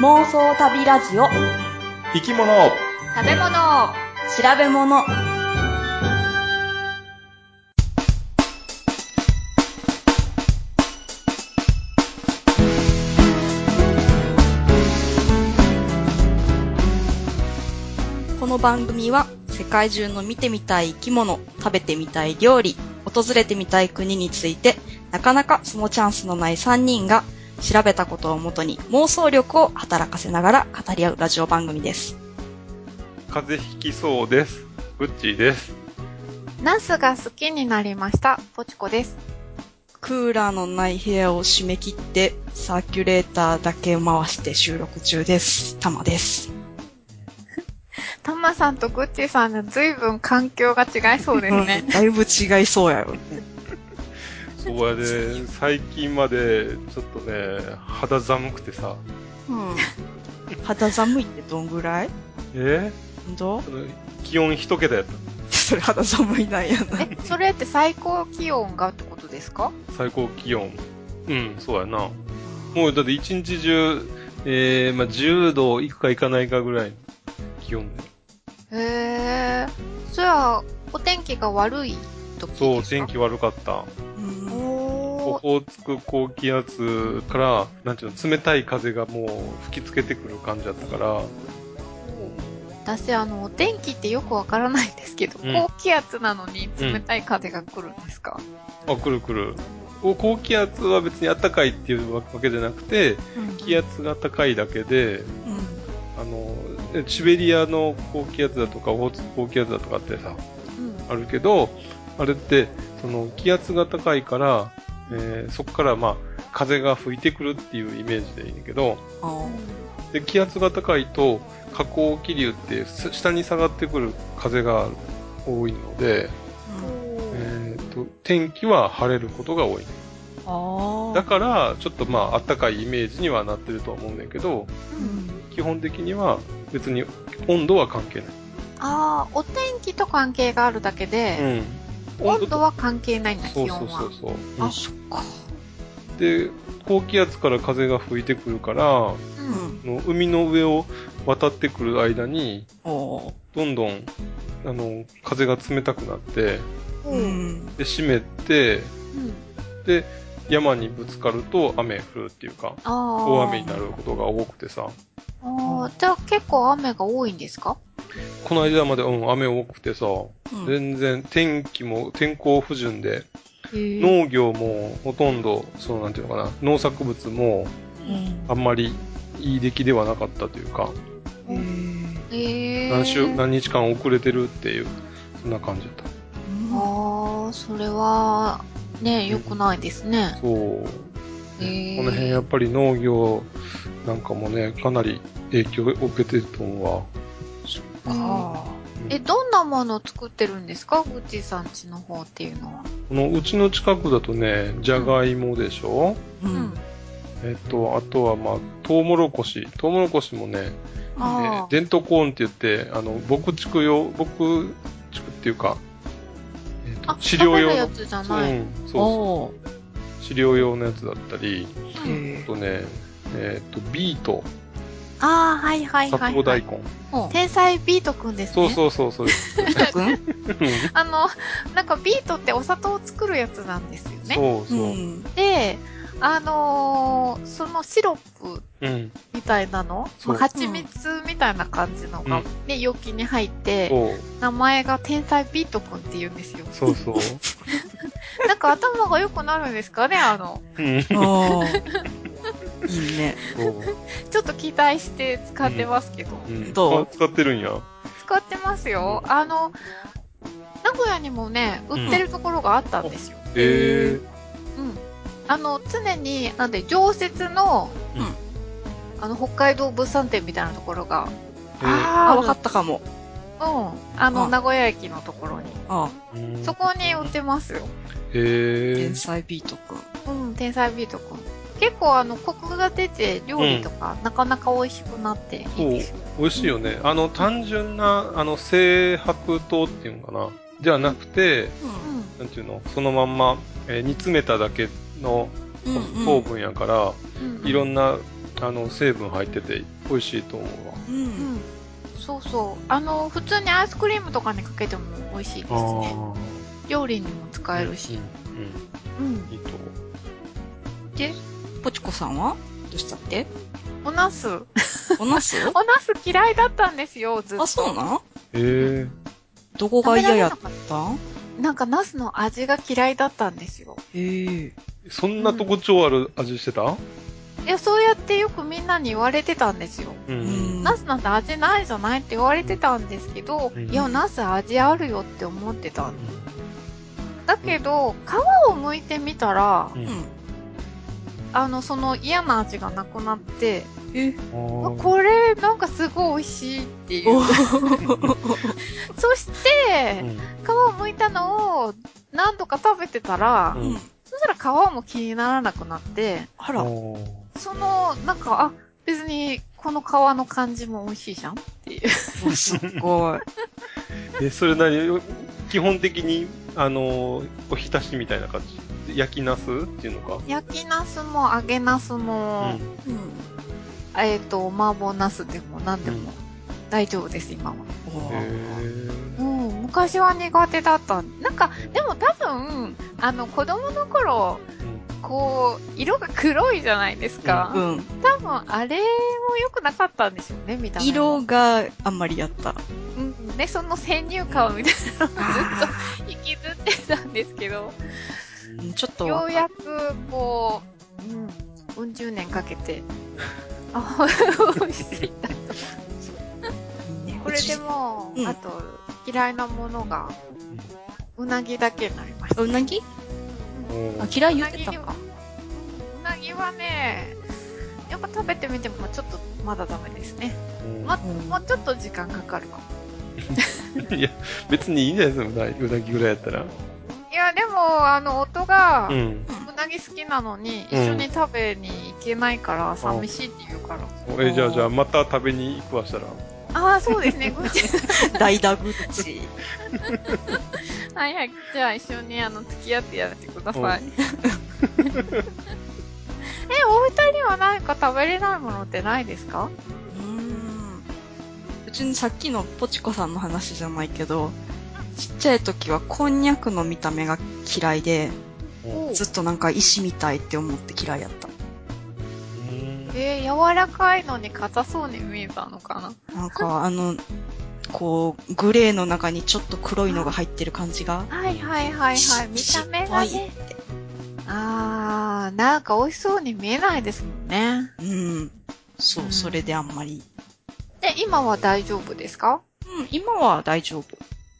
妄想旅ラジオ。 生き物、 食べ物、 調べ物。この番組は世界中の見てみたい生き物、食べてみたい料理、訪れてみたい国について、なかなかそのチャンスのない3人が調べたことをもとに妄想力を働かせながら語り合うラジオ番組です。 風邪ひきそうです。グッチーです。 ナスが好きになりました。ポチコです。 クーラーのない部屋を閉め切ってサーキュレーターだけ回して収録中です。タマです。 タマさんとグッチーさんで随分環境が違いそうですね。 だいぶ違いそうやよね。 そうやで、最近までちょっとね、肌寒くてさ。 肌寒いってどんぐらい？どう？ 気温一桁やった。 それ肌寒いなんやな。 それって最高気温がってことですか？ 最高気温。そうやな。もうだって一日中、10度いくかいかないかぐらいの気温で。 それはお天気が悪い時ですか？ そう、天気悪かった。オホーツク高気圧から、なんていうの、冷たい風がもう吹きつけてくる感じだったから。 私、お天気ってよくわからないんですけど、高気圧なのに冷たい風が来るんですか？ 来る来る。高気圧は別に暖かいっていうわけじゃなくて、気圧が高いだけで、シベリアの高気圧だとか、オホーツク高気圧だとかってさ、あるけど、あれって、その気圧が高いから、そこから風が吹いてくるっていうイメージでいいんだけど、で気圧が高いと下降気流って下に下がってくる風が多いので、天気は晴れることが多い。だからちょっと暖かいイメージにはなってるとは思うんだけど、基本的には別に温度は関係ない。 お天気と関係があるだけで、温度は関係ないんだ、気温は。 そう。 そっか。 で、高気圧から風が吹いてくるから、海の上を渡ってくる間に、どんどん、風が冷たくなって、で、湿って、で、山にぶつかると雨降るっていうか、大雨になることが多くてさ。 じゃあ結構雨が多いんですか？ この間まで、雨多くてさ、全然天候不順で、農業もほとんど、なんていうのかな、農作物も、あんまりいい出来ではなかったというか、何日間遅れてるっていう、そんな感じだった。 それは、ね、良くないですね。 そう。この辺やっぱり農業なんかもね、かなり影響を受けてると思うわ。 そっか。どんなものを作ってるんですか？グッチーさん家の方っていうのは。 うちの近くだとね、じゃがいもでしょ？あとはトウモロコシもね、デントコーンって言って、牧畜っていうか、飼料用のやつじゃない。 そう。飼料用のやつだったり、あとね、ビート。 はい。 佐藤大根。 天才ビートくんですね。 そう、それ。 ビートくん？ なんかビートってお砂糖を作るやつなんですよね。 そう。 で、そのシロップみたいなの、蜂蜜みたいな感じのが、容器に入って、名前が天才ビートくんって言うんですよ。 そう。 なんか頭が良くなるんですかね、 いいね。 ちょっと期待して使ってますけど。 どう？ 使ってるんや。 使ってますよ。名古屋にもね、売ってるところがあったんですよ。常に、常設の、北海道物産展みたいなところが。 わかったかも。 名古屋駅のところに。そこに売ってますよ。 天才ビートくん。 天才ビートくん。結構コクが出て料理とか、なかなか美味しくなっていいですよ。 美味しいよね。単純な、精白糖っていうのかな。ではなくて、なんていうの、そのまんま、煮詰めただけの糖分やから、いろんな成分入ってて美味しいと思うわ。 うん。そうそう。普通にアイスクリームとかにかけても美味しいですね。料理にも使えるし。 うん。いいと思う。で、ポチコさんはどうしたって？ おナス。 おナスおナス嫌いだったんですよ、ずっと。 あ、そうなの？ へえ。 どこが嫌やった？ なんかナスの味が嫌いだったんですよ。 へえ。 そんな特徴ある味してた？ いや、そうやってよくみんなに言われてたんですよ。ナスなんて味ないじゃないって言われてたんですけど、いや、ナス味あるよって思ってたんです。だけど、皮を剥いてみたら、その嫌な味がなくなって、これなんかすごい美味しいっていう。そして、皮を剥いたのを何度か食べてたら、そしたら皮も気にならなくなって、 あら。 なんか、別にこの皮の感じも美味しいじゃんっていう。 すごい。それ何？基本的に、おひたしみたいな感じ？焼きナスっていうのか？ 焼きナスも揚げナスも、麻婆ナスでも何でも大丈夫です、今は。昔は苦手だった。なんか、でも多分、子供の頃、こう、色が黒いじゃないですか。多分、あれも良くなかったんでしょうね、見た目。 色があんまりやった。 ね、その先入観みたいなのをずっと引きずってたんですけど、 ちょっとようやく、こう、うん十年かけて、美味しいんだと。これでも、あと、嫌いなものが、うなぎだけになりました。 うなぎ？嫌い言ってたか。 うなぎはね、やっぱ食べてみてもちょっとまだダメですね。もうちょっと時間かかるかも。 いや、別にいいんじゃないですか、うなぎぐらいやったら。 いや、でも、夫が、うなぎ好きなのに、一緒に食べに行けないから、寂しいって言うから。 じゃあ、また食べに行くわしたら。 そうですね、愚痴。 代打愚痴。 はいはい。じゃあ一緒に付き合ってやってください。お二人は何か食べれないものってないですか？ 別にさっきのポチコさんの話じゃないけど、ちっちゃい時はこんにゃくの見た目が嫌いで、ずっとなんか石みたいって思って嫌いやった。 柔らかいのに硬そうに見えたのかな？ なんかこう、グレーの中にちょっと黒いのが入ってる感じが。 はいはいはいはい。見た目がね。なんか美味しそうに見えないですもんね。 そう、それであんまり。 今は大丈夫ですか？ 今は大丈夫。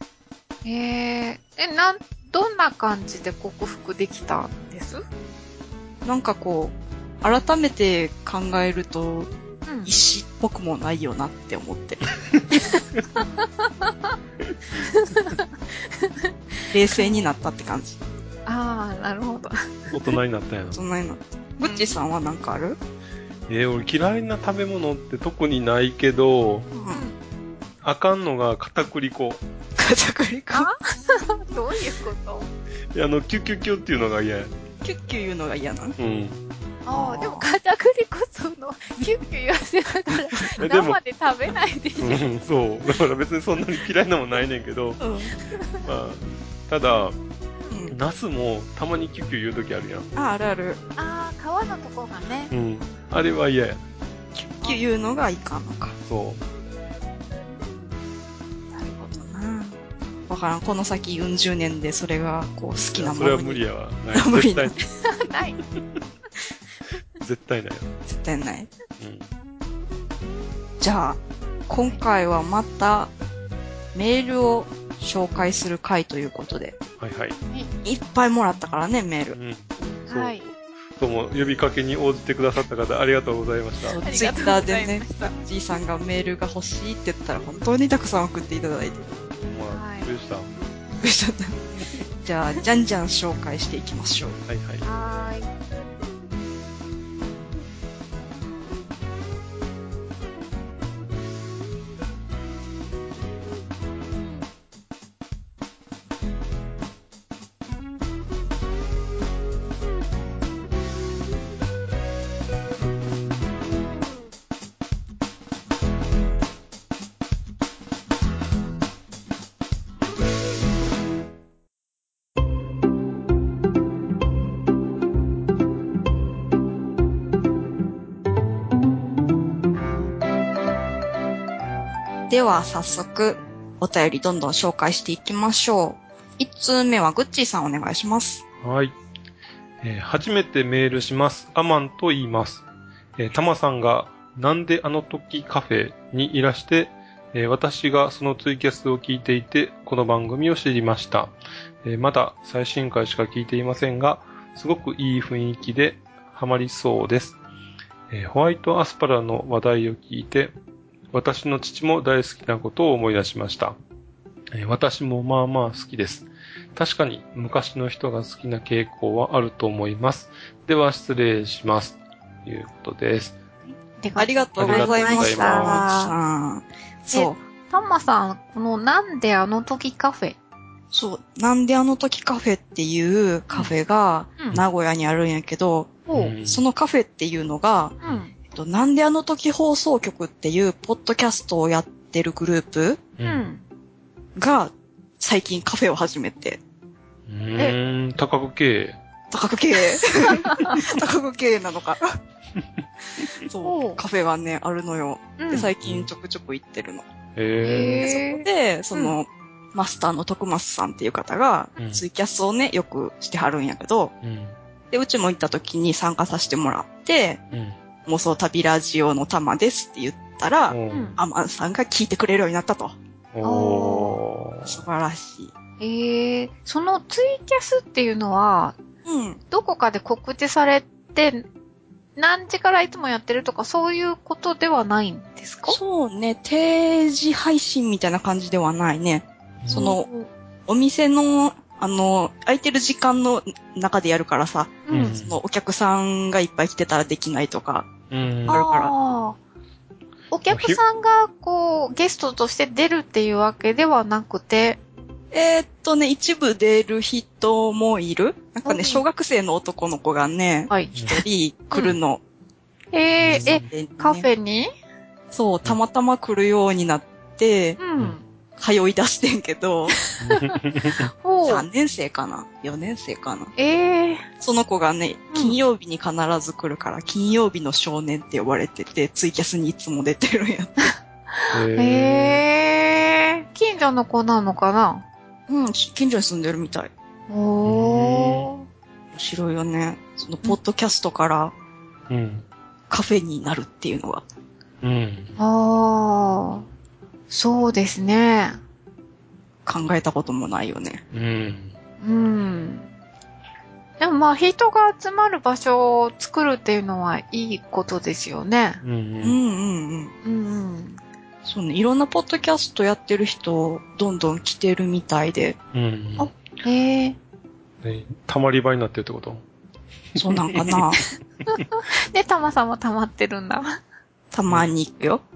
どんな感じで克服できたんです？ なんかこう、改めて考えると、石っぽくもないよなって思って。冷静になったって感じ。 なるほど。 大人になったやん。 大人になった。グッチさんはなんかある？ 俺嫌いな食べ物って特にないけど、あかんのが片栗粉。 片栗粉？ どういうこと？ キュッキュッキュっていうのが嫌や。 キュッキュ言うのが嫌なの？ でも片栗粉キュッキュ言わせながら生で食べないでしょ。 そう。だから別にそんなに嫌いなもんないねんけど、ただ、ナスもたまにキュッキュ言うときあるやん。 あるある。 皮のとこがね。 あれは嫌や。 キュッキュ言うのがいかんのか。 そう。 なるほどな。わからん。この先40年でそれがこう好きなものに。 それは無理やわ。ない。 無理ない。 ない。 絶対ない。 絶対ない。じゃあ、今回はまたメールを紹介する回ということで。 はいはい。 いっぱいもらったからね、メール。 はい。 どうも、呼びかけに応じてくださった方、ありがとうございました。 ツイッターでね、じいさんがメールが欲しいって言ったら、本当にたくさん送っていただいて。 びっくりした。 びっくりしちゃった。じゃあ、じゃんじゃん紹介していきましょう。 はいはい。 では早速、お便りどんどん紹介していきましょう。1通目はグッチーさんお願いします。 はい。初めてメールします。アマンと言います。タマさんがなんであの時カフェにいらして、私がそのツイキャスを聞いていて、この番組を知りました。まだ最新回しか聞いていませんが、すごくいい雰囲気でハマりそうです。ホワイトアスパラの話題を聞いて、私の父も大好きなことを思い出しました。私もまあまあ好きです。確かに昔の人が好きな傾向はあると思います。では失礼します。ということです。 ありがとうございました。 そう。タンマさん、このなんであの時カフェ。 そう。なんであの時カフェっていうカフェが名古屋にあるんやけど、そのカフェっていうのが、なんであの時放送局っていうポッドキャストをやってるグループが最近カフェを始めて。 多角経営。 多角経営。多角経営なのか。そう、カフェがね、あるのよ。で、最近ちょくちょく行ってるの。で、そこで、その、マスターの徳松さんっていう方が、ツイキャスをね、よくしてはるんやけど、で、うちも行った時に参加させてもらって、妄想旅ラジオの玉ですって言ったら、アマンさんが聞いてくれるようになったと。素晴らしい。そのツイキャスっていうのは、どこかで告知されて、何時からいつもやってるとかそういうことではないんですか？ そうね、定時配信みたいな感じではないね。その、お店の、空いてる時間の中でやるからさ、そのお客さんがいっぱい来てたらできないとか、あるから。 お客さんがこう、ゲストとして出るっていうわけではなくて、 一部出る人もいる。なんかね、小学生の男の子がね、一人来るの。 カフェに？ そう、たまたま来るようになって、通い出してんけど、3年生かな ?4 年生かなその子がね、金曜日に必ず来るから、金曜日の少年って呼ばれてて、ツイキャスにいつも出てるんやって。 近所の子なのかな？ 近所に住んでるみたい。面白いよね。その、ポッドキャストから、カフェになるっていうのが。 そうですね。 考えたこともないよね。 でもまあ人が集まる場所を作るっていうのはいいことですよね。 そうね、いろんなポッドキャストやってる人、どんどん来てるみたいで。 たまり場になってるってこと？ そうなんかな。 で、たまさんもたまってるんだ。 たまに行くよ。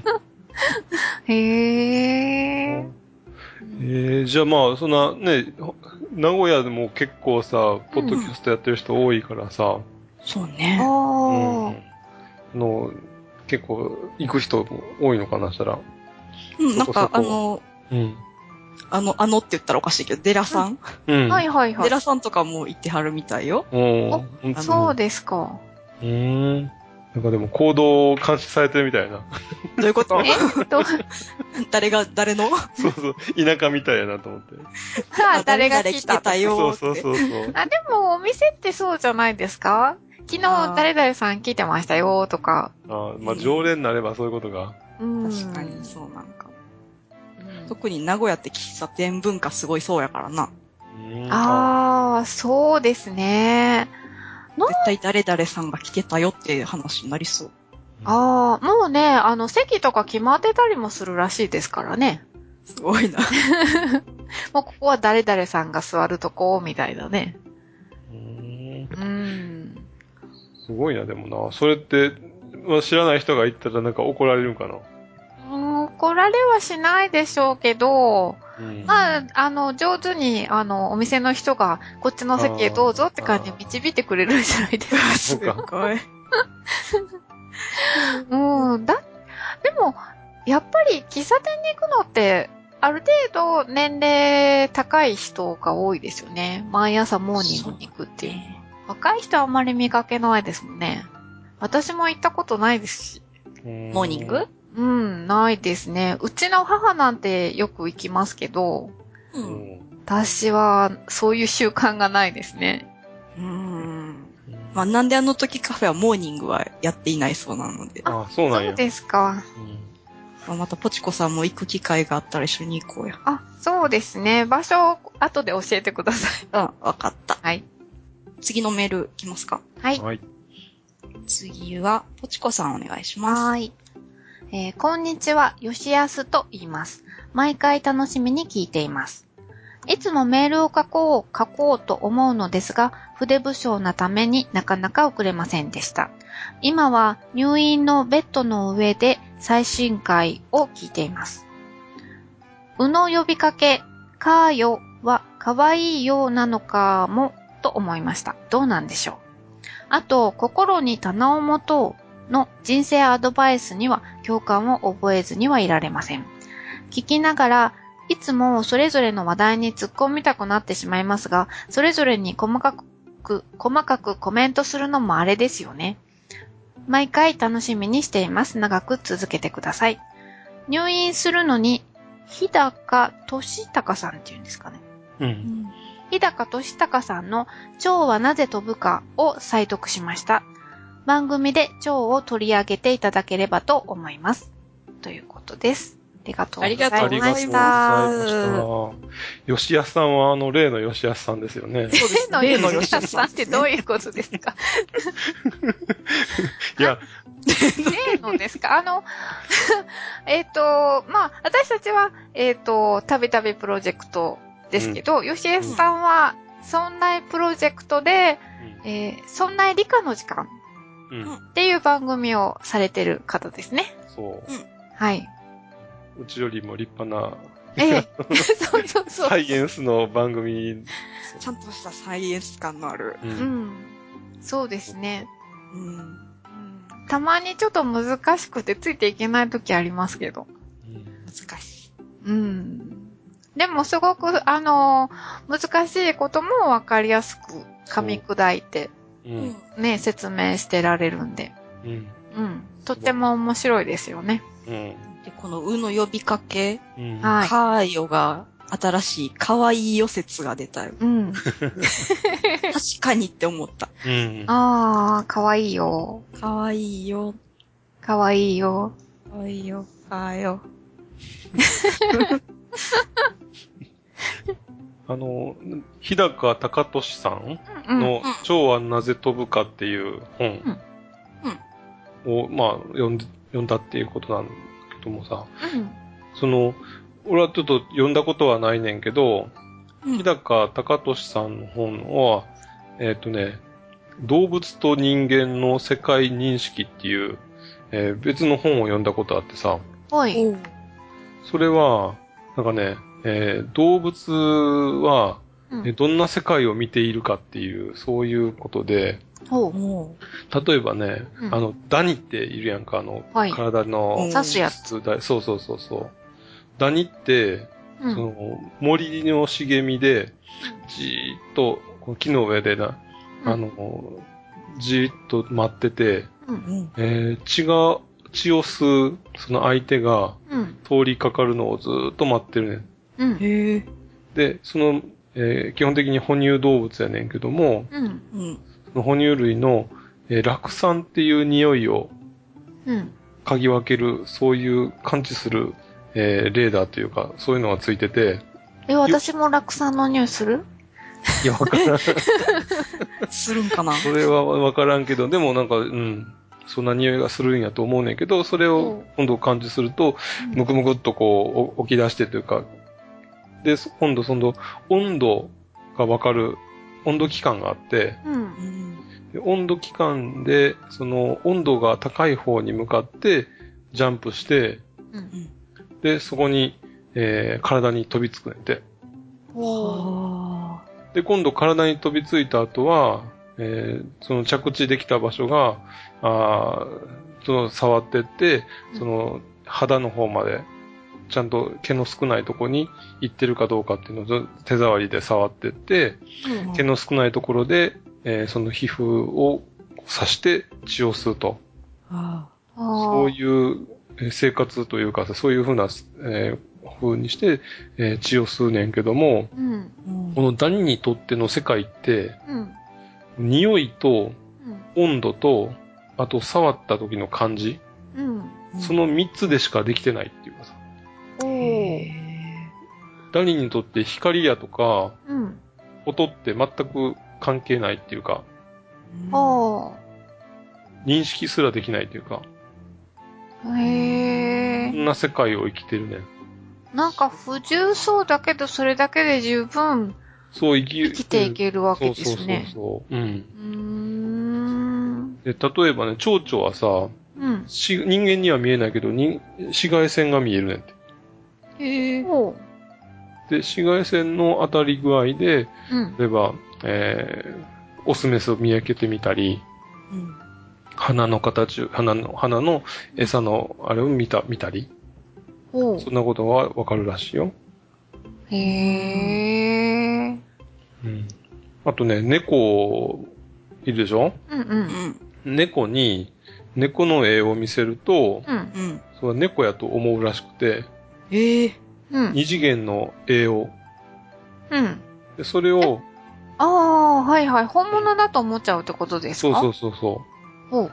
じゃあまあ、そんなね、名古屋でも結構さ、ポッドキャストやってる人多いからさ。 そうね。 結構行く人も多いのかな、したら。 なんかって言ったらおかしいけど、デラさんデラさんとかも行ってはるみたいよ。 そうですか。 なんかでも行動を監視されてるみたいな。どういうこと誰のそうそう、田舎みたいやなと思って。 誰が来たよ。そう。 でもお店ってそうじゃないですか？昨日誰々さん来てましたよとか。 まあ常連になればそういうことが。 確かにそうなんか。特に名古屋って喫茶店文化すごいそうやからな。 そうですね。 絶対誰々さんが来てたよっていう話になりそう。 もうね、席とか決まってたりもするらしいですからね。 すごいな。 もうここは誰々さんが座るとこ、みたいなね。 すごいな、でもな。それって、知らない人が行ったらなんか怒られるんかな？ 怒られはしないでしょうけど、まあ、上手に、お店の人が、こっちの席へどうぞって感じで導いてくれるんじゃないですか。 すごい。 でも、やっぱり喫茶店に行くのって、ある程度年齢高い人が多いですよね。毎朝モーニングに行くっていう。若い人はあんまり見かけないですもんね。私も行ったことないですし。 モーニング？ うん、ないですね。うちの母なんてよく行きますけど、うん、私はそういう習慣がないですね。 まあ、なんであの時カフェはモーニングはやっていないそうなので。 あ、そうなんや。 そうですか。 まあ、またポチコさんも行く機会があったら一緒に行こうや。 あ、そうですね。場所、後で教えてください。 わかった。 はい。 次のメールいきますか。 はい。 次は、ポチコさんお願いします。 はい。こんにちは、よしやすと言います。毎回楽しみに聞いています。いつもメールを書こうと思うのですが、筆不詳なためになかなか送れませんでした。今は入院のベッドの上で最新回を聞いています。うの呼びかけ、かーよはかわいいようなのかもと思いました。どうなんでしょう。あと、心に棚を持とうの人生アドバイスには共感を覚えずにはいられません。聞きながら、いつもそれぞれの話題に突っ込みたくなってしまいますが、それぞれに細かくコメントするのもあれですよね。毎回楽しみにしています。長く続けてください。入院するのに、日高俊孝さんっていうんですかね。 うん。 日高俊孝さんの蝶はなぜ飛ぶかを再読しました。番組で蝶を取り上げていただければと思います。ということです。ありがとうございました。 ありがとうございました。吉安さんは例の吉安さんですよね。 そうです。例の吉安さんってどういうことですか？ いや。 例のですか？まあ、私たちは、たびたびプロジェクトですけど、吉安さんは、そんなプロジェクトで、そんな理科の時間っていう番組をされてる方ですね。 そう。 はい。 うちよりも立派な、 そう。 サイエンスの番組。 ちゃんとしたサイエンス感のある。 そうですね。たまにちょっと難しくてついていけない時ありますけど。 難しい。 でもすごく、難しいこともわかりやすく噛み砕いて、ね、説明してられるんで。とっても面白いですよね。 で、このうの呼びかけ、かーよが新しいかわいいよ説が出たよ。確かにって思った。 かわいいよ。 かわいいよ。 かわいいよ。 かわいいよ。かーよ。 日高隆俊さんの蝶はなぜ飛ぶかっていう本を、まあ、読んだっていうことなんだけどもさ、俺はちょっと読んだことはないねんけど、日高隆俊さんの本は、動物と人間の世界認識っていう、別の本を読んだことあってさ、それは、なんかね、動物は、どんな世界を見ているかっていう、そういうことで、例えばね、ダニっているやんか、体の、 刺すやつ。 そう。ダニって、森の茂みで、じーっと、木の上でな、じーっと待ってて、血を吸う、その相手が、通りかかるのをずーっと待ってるねん。で、基本的に哺乳動物やねんけども、その哺乳類の、酪酸っていう匂いを、嗅ぎ分ける、そういう感知する、レーダーというか、そういうのがついてて。 私も酪酸の匂いする？ いや、わからん。 するんかな？ それはわからんけど、でもなんか、そんな匂いがするんやと思うねんけど、それを今度感知すると、むくむくっとこう、起き出してというか、で、今度温度がわかる、温度期間があって、温度期間で、その温度が高い方に向かってジャンプして、で、そこに、体に飛びつくねんて。で、今度体に飛びついた後は、その着地できた場所が、触ってって、その肌の方まで、ちゃんと毛の少ないところに行ってるかどうかっていうのを手触りで触ってって、毛の少ないところで、その皮膚を刺して血を吸うと。そういう、 生活というかさ、そういう風な、風にして、血を吸うねんけども、このダニにとっての世界って、匂いと、温度と、あと触った時の感じ、その3つでしかできてないっていうかさ。ダニにとって光やとか、音って全く関係ないっていうか、認識すらできないっていうか、そんな世界を生きてるね。 なんか不重そうだけど、それだけで十分、生きていけるわけですね。 そう。で、例えばね、蝶々はさ、人間には見えないけど、紫外線が見えるねんって。で、紫外線の当たり具合で、例えば、オスメスを見分けてみたり、花の餌のあれを見たり、そんなことがわかるらしいよ。あとね、猫、いるでしょ？猫に、猫の絵を見せると、それは猫やと思うらしくて、二次元の絵を。でそれを、 はいはい。本物だと思っちゃうってことですか？ そう。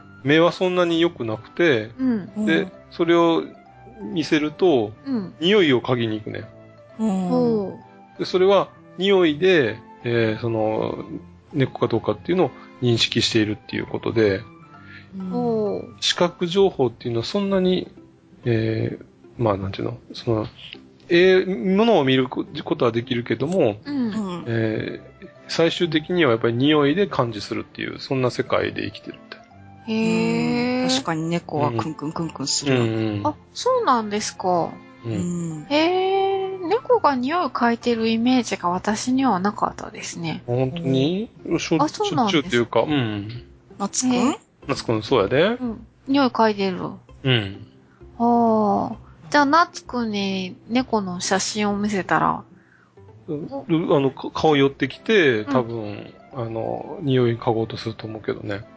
目はそんなに良くなくて、で、それを見せると、匂いを嗅ぎに行くね。で、それは匂いで、その、猫かどうかっていうのを認識しているっていうことで、視覚情報っていうのはそんなに、まあなんていうの、その、ものを見ることはできるけども、最終的にはやっぱり匂いで感知するっていう、そんな世界で生きてるみたい。 確かに猫はクンクンクンクンする。 あ、そうなんですか。猫が匂い嗅いでるイメージが私にはなかったですね。 本当に？しょっちゅうっていうか、 夏くん？ 夏くん、そうやで。 匂い嗅いでる。じゃあ、夏くんに猫の写真を見せたら、 顔寄ってきて、多分、匂い嗅ごうとすると思うけどね。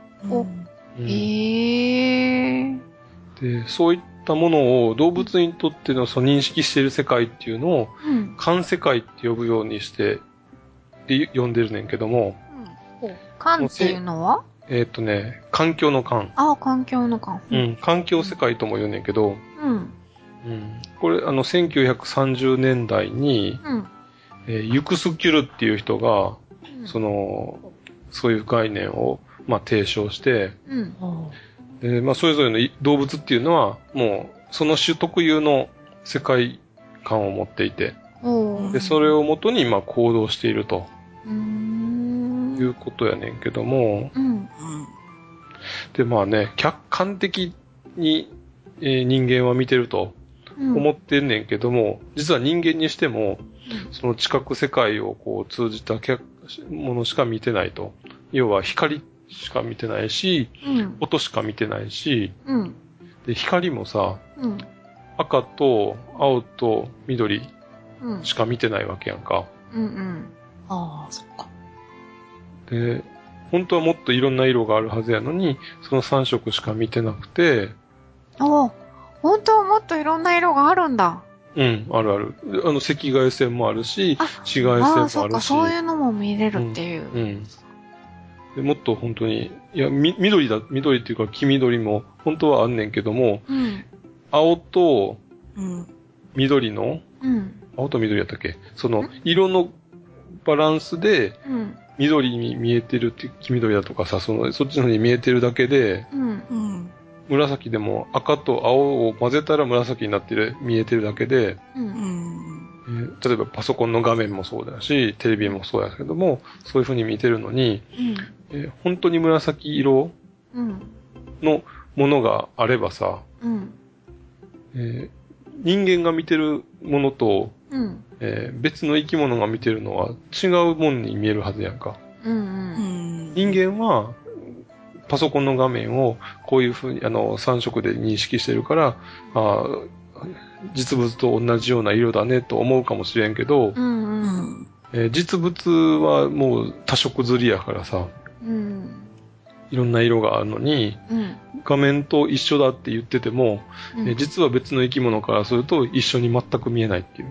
で、そういったものを動物にとってのその認識している世界っていうのを、環世界って呼ぶようにして、呼んでるねんけども。 環っていうのは？ 環境の環。 環境の環。 環境世界とも言うねんけど、これ、1930年代に、ユクスキュルっていう人が、そういう概念を、提唱して、それぞれの動物っていうのは、もう、その種特有の世界観を持っていて、で、それをもとに、行動していると。いうことやねんけども、で、客観的に、人間は見てると思ってんねんけども、実は人間にしても、その知覚世界をこう通じたものしか見てないと。要は光しか見てないし、音しか見てないし、で光もさ、赤と青と緑しか見てないわけやんか。 そっか。 で、本当はもっといろんな色があるはずやのに、その3色しか見てなくて。 本当はもっといろんな色があるんだ。 あるある。赤外線もあるし、紫外線もあるし。 そっか、そういうのも見れるっていう。 でもっと本当に、緑っていうか黄緑も本当はあんねんけども、青と緑の、青と緑やったっけ？その色のバランスで、緑に見えてるって黄緑だとかさ、そっちの方に見えてるだけで、紫でも赤と青を混ぜたら紫になって見えてるだけで、例えばパソコンの画面もそうだし、テレビもそうだけども、そういう風に見てるのに、本当に紫色のものがあればさ、人間が見てるものと、別の生き物が見てるのは違うものに見えるはずやんか。人間は、パソコンの画面をこういう風に3色で認識してるから、実物と同じような色だねと思うかもしれんけど、実物はもう多色刷りやからさ、 いろんな色があるのに、画面と一緒だって言ってても、実は別の生き物からすると一緒に全く見えないっていう。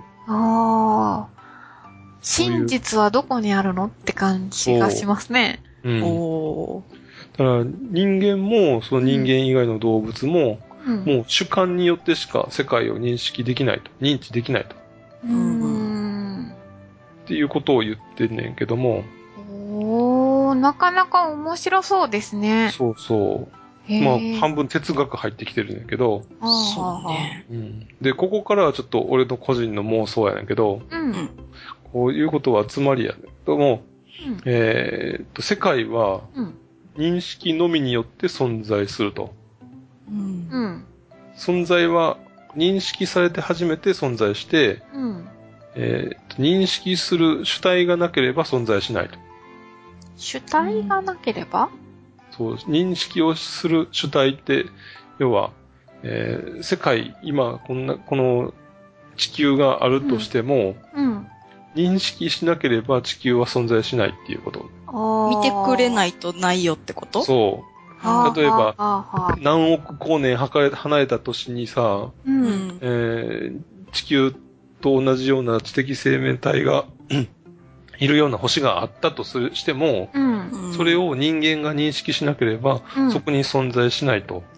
真実はどこにあるのって感じがしますね。 だから人間も、その人間以外の動物も、もう主観によってしか世界を認識できないと。認知できないと。っていうことを言ってんねんけども。 なかなか面白そうですね。 そうそう。まあ、半分哲学入ってきてるんだけど。 そうね。 で、ここからはちょっと俺の個人の妄想やねんけど、こういうことはつまりやねんけども、世界は認識のみによって存在すると。存在は認識されて初めて存在して、認識する主体がなければ存在しないと。 主体がなければ？ そう、認識をする主体って、要は、世界、今、この地球があるとしても、認識しなければ地球は存在しないっていうこと。 見てくれないとないよってこと？ そう。例えば、何億光年離れた年にさ、地球と同じような知的生命体がいるような星があったとしても、それを人間が認識しなければ、そこに存在しないと。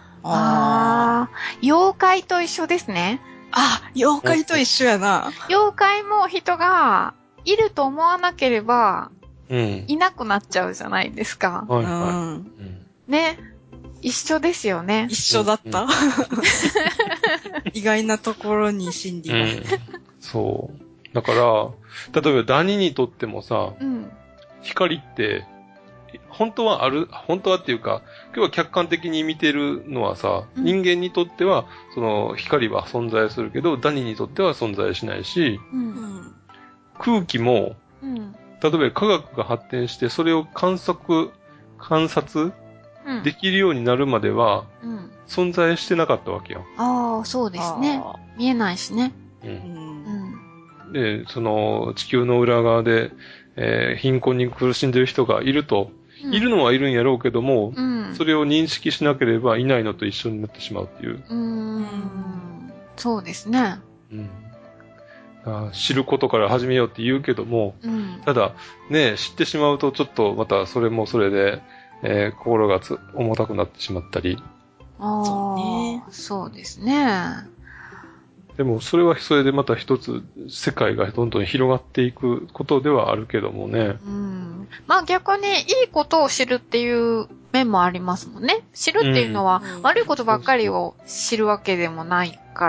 妖怪と一緒ですね。 妖怪と一緒やな。 妖怪も人がいると思わなければ、いなくなっちゃうじゃないですか。ね。一緒ですよね。 一緒だった、意外なところに真理が。 そう。だから、例えばダニにとってもさ、光って、本当はっていうか、今日は客観的に見てるのはさ、人間にとっては、その光は存在するけど、ダニにとっては存在しないし、空気も、例えば科学が発展して、それを観察できるようになるまでは、存在してなかったわけよ。 そうですね。見えないしね。 で、その地球の裏側で、貧困に苦しんでる人がいると、いるのはいるんやろうけども、それを認識しなければいないのと一緒になってしまうっていう。 そうですね。 知ることから始めようって言うけども、ただ、ね、知ってしまうとちょっとまたそれもそれで、心が重たくなってしまったり。 そうですね。 でも、それはそれでまた一つ、世界がどんどん広がっていくことではあるけどもね。 まあ逆に、いいことを知るっていう面もありますもんね。知るっていうのは、悪いことばっかりを知るわけでもないから。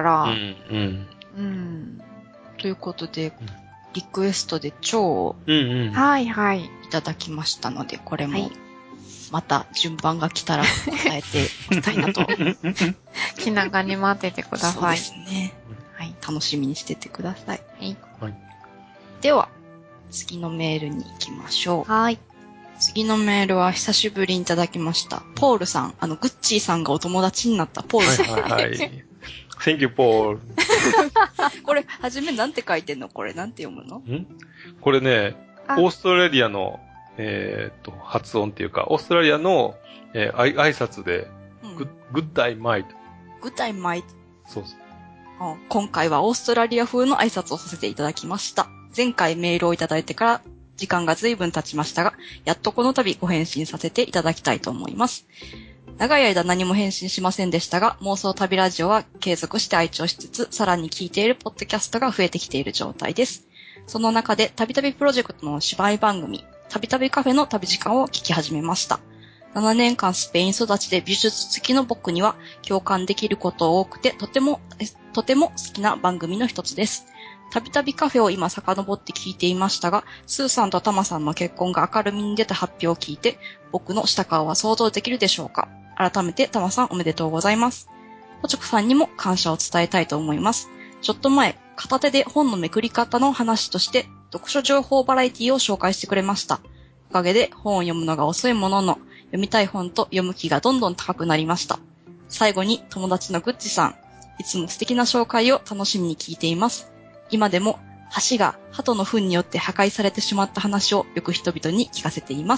ということで、リクエストで蝶を、いただきましたので、これも、また順番が来たら答えていきたいなと。 気長に待っててください。そうですね。楽しみにしててください。では、次のメールに行きましょう。次のメールは久しぶりにいただきました。ポールさん。グッチーさんがお友達になったポールさん。 Thank you, Paul. これ、はじめなんて書いてんの？これ、なんて読むの？ これね、オーストラリアの、発音っていうか、オーストラリアの、挨拶で、Good day, mate. Good day, mate. そうそう。 今回はオーストラリア風の挨拶をさせていただきました。前回メールをいただいてから時間が随分経ちましたが、やっとこの度ご返信させていただきたいと思います。長い間何も返信しませんでしたが、妄想旅ラジオは継続して愛聴しつつ、さらに聞いているポッドキャストが増えてきている状態です。その中で、たびたびプロジェクトの芝居番組、たびたびカフェの旅時間を聞き始めました。7年間スペイン育ちで美術好きの僕には共感できること多くて、とても好きな番組の一つです。たびたびカフェを今遡って聞いていましたが、スーさんとタマさんの結婚が明るみに出た発表を聞いて、僕のした顔は想像できるでしょうか？改めてタマさんおめでとうございます。ポチョクさんにも感謝を伝えたいと思います。ちょっと前、片手で本のめくり方の話として、読書情報バラエティを紹介してくれました。おかげで本を読むのが遅いものの、読みたい本と読む気がどんどん高くなりました。最後に友達のグッチさん、いつも素敵な紹介を楽しみに聞いています。今でも橋が鳩の糞によって破壊されてしまった話をよく人々に聞かせています。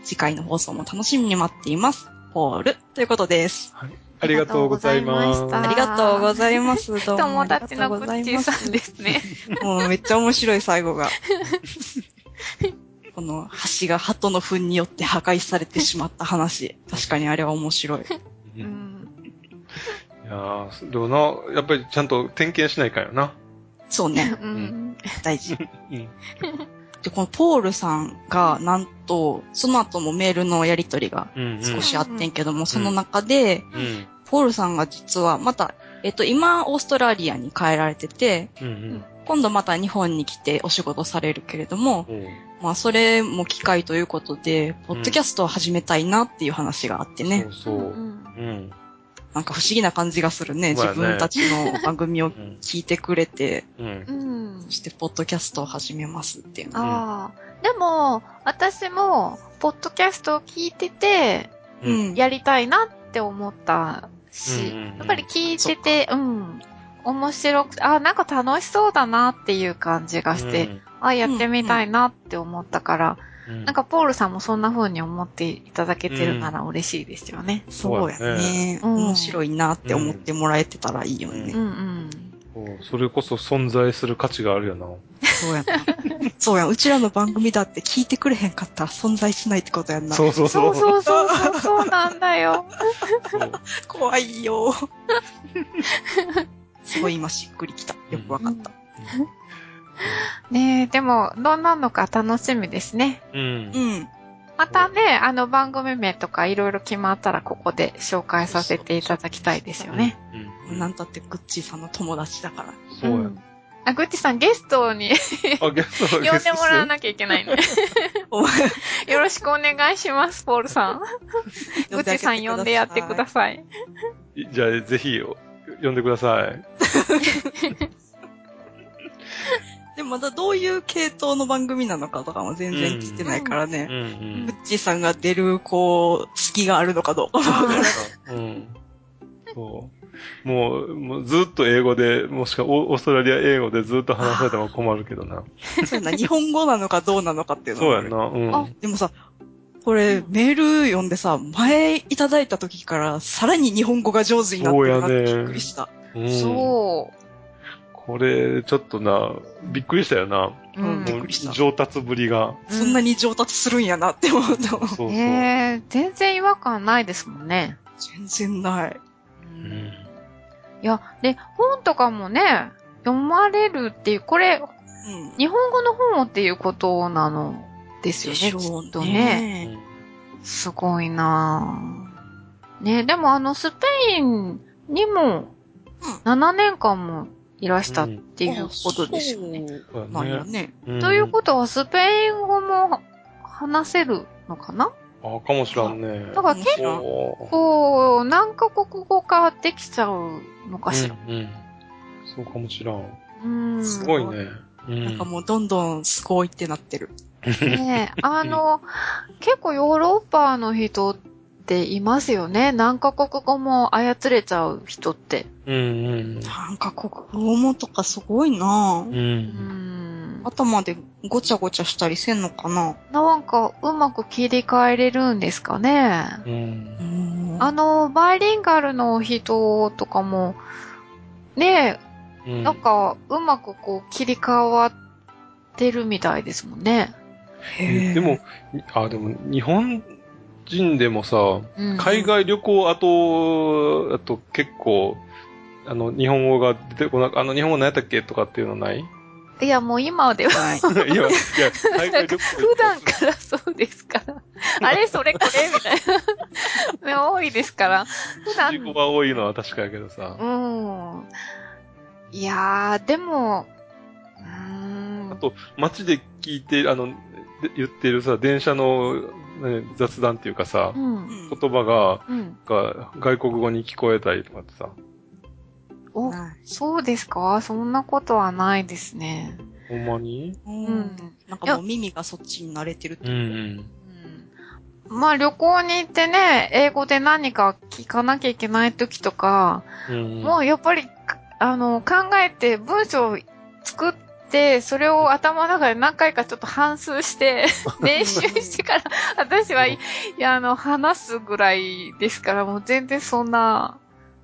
次回の放送も楽しみに待っています。ポールということです。 はい。ありがとうございます。 ありがとうございます。どうも友達のグッチーさんですね。 もうめっちゃ面白い最後が。この橋が鳩の糞によって破壊されてしまった話。確かにあれは面白い。 いやー、でもな、やっぱりちゃんと点検しないかんよな。 そうね。大事。で、このポールさんが、なんと、その後もメールのやり取りが少しあってんけども、その中で、ポールさんが実はまた、今、オーストラリアに帰られてて、今度また日本に来てお仕事されるけれども、まあ、それも機会ということで、ポッドキャストを始めたいなっていう話があってね。 そう。 なんか不思議な感じがするね。自分たちの番組を聞いてくれて、そしてポッドキャストを始めますっていうの。 でも、私も、ポッドキャストを聞いてて、やりたいなって思ったし、やっぱり聞いてて、面白くて、なんか楽しそうだなっていう感じがして、やってみたいなって思ったから、なんかポールさんもそんな風に思っていただけてるなら嬉しいですよね。 そうやね。面白いなって思ってもらえてたらいいよね。 それこそ存在する価値があるよな。 そうやな。そうやん。うちらの番組だって聞いてくれへんかったら存在しないってことやんな。 そうなんだよ。 怖いよ。すごい今しっくりきた。よくわかった。 ねえ、でも、どんなのか楽しみですね。またね、番組名とかいろいろ決まったらここで紹介させていただきたいですよね。 なんたってグッチーさんの友達だから。 そうや。 グッチーさんゲストに呼んでもらわなきゃいけないね。よろしくお願いします、ポールさん。グッチーさん呼んでやってください。 じゃあ、ぜひ、呼んでください。 でもまだどういう系統の番組なのかとかも全然聞いてないからね。グッチーさんが出る、隙があるのかどうかもわからない。 そう。もうずっと英語で、もしくはオーストラリア英語でずっと話されても困るけどな。 そうやな、日本語なのかどうなのかっていうのは。 そうやな、 でもさ、これ、メール読んでさ、前いただいた時からさらに日本語が上手になってるなってびっくりした。 そう。 これ、ちょっとな、びっくりしたよな。 びっくりした。 上達ぶりが。 そんなに上達するんやなって思った。 そう。 全然違和感ないですもんね。 全然ない。 いや、で、本とかもね、読まれるっていう、これ、日本語の本をっていうことなのですよね。きっとね。すごいなぁ。ね、でもスペインにも7年間もいらしたっていうことですよね。 なんやね。 ということは、スペイン語も話せるのかな？ かもしらんね。 だから結構、何カ国語かできちゃうのかしら。 そうかもしらん。すごいね。 なんかもうどんどんすごいってなってる。 ねえ、結構ヨーロッパの人っていますよね。何カ国語も操れちゃう人って。 何カ国語もとかすごいなぁ。頭でごちゃごちゃしたりせんのかな？ なんかうまく切り替えれるんですかね。バイリンガルの人とかも、ねえ、なんかうまく切り替わってるみたいですもんね。 でも日本人でもさ、海外旅行あと結構、日本語が出てこなく、日本語何やったっけとかっていうのない？ いや、もう今ではない。 いや、海外旅行。 普段からそうですから。あれそれこれみたいな。多いですから。 普段。英語が多いのは確かやけどさ。 いやー、でも、 あと、街で聞いて、言ってるさ、電車の、雑談っていうかさ、言葉が、外国語に聞こえたりとかってさ。 そうですか？そんなことはないですね。 ほんまに？ なんかもう耳がそっちに慣れてるってこと。 まあ旅行に行ってね、英語で何か聞かなきゃいけない時とか、もうやっぱり、考えて文章を作っ 、それを頭の中で何回かちょっと反芻して、練習してから、私は、話すぐらいですから、もう全然そんな、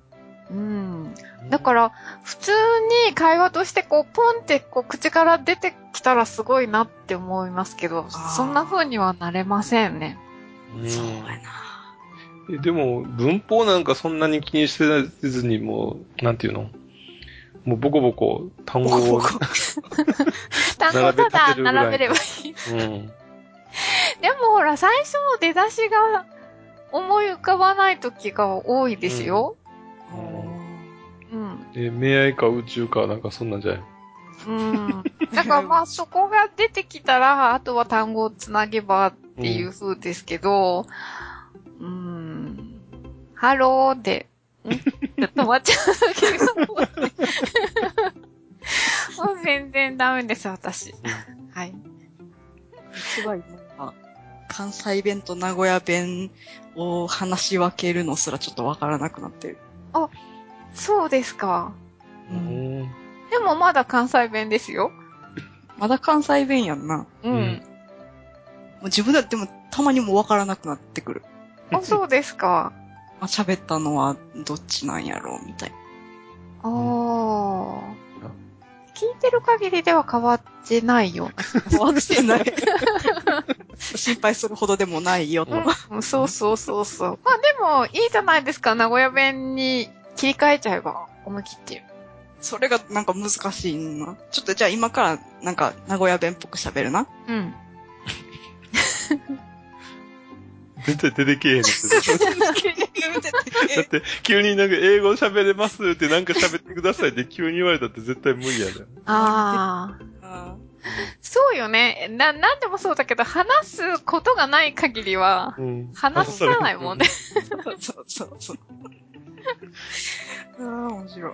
だから、普通に会話としてポンって口から出てきたらすごいなって思いますけど、そんな風にはなれませんね。 そうやな。でも、文法なんかそんなに気にせずにもう、なんていうの？もうボコボコ単語を単語ただ並べればいい。でもほら、最初の出だしが思い浮かばない時が多いですよ。 恋愛か宇宙かなんかそんなんじゃない？ だからまあそこが出てきたら、あとは単語をつなげばっていう風ですけど、ハローで、止まっちゃう時が多い。もう全然ダメです、私。はい。 すごい、関西弁と名古屋弁を話し分けるのすらちょっとわからなくなってる。 あ、そうですか。でもまだ関西弁ですよ。 まだ関西弁やんな。もう自分だってもたまにもわからなくなってくる。 あ、そうですか。 喋ったのはどっちなんやろうみたいな。 聞いてる限りでは変わってないよ。 変わってない。心配するほどでもないよと。 そう。まあでも、いいじゃないですか。名古屋弁に切り替えちゃえば、思い切って。 それがなんか難しいな。ちょっとじゃあ今からなんか名古屋弁っぽく喋るな。 全然出てけえへんですよ。だって、急になんか英語喋れますってなんか喋ってくださいって急に言われたって絶対無理やで。 そうよね。なんでもそうだけど、話すことがない限りは、話さないもんね。 そう。面白い。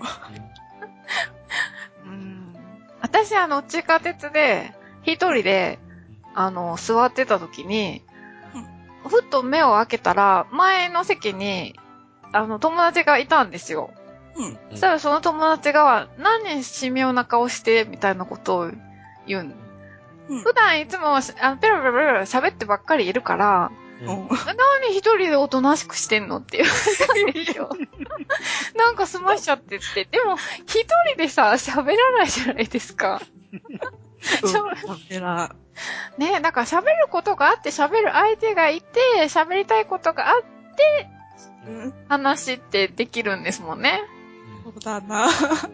私、地下鉄で、一人で、座ってた時に、ふっと目を開けたら、前の席に、友達がいたんですよ。そしたらその友達が、何神妙な顔して、みたいなことを言う。普段いつも、ペラペラペラ喋ってばっかりいるから、何一人でおとなしくしてんのって言うんですよ。なんか済ましちゃってって。でも、一人でさ、喋らないじゃないですか。ね、だから喋ることがあって喋る相手がいて、喋りたいことがあって、話ってできるんですもんね。 そうだな。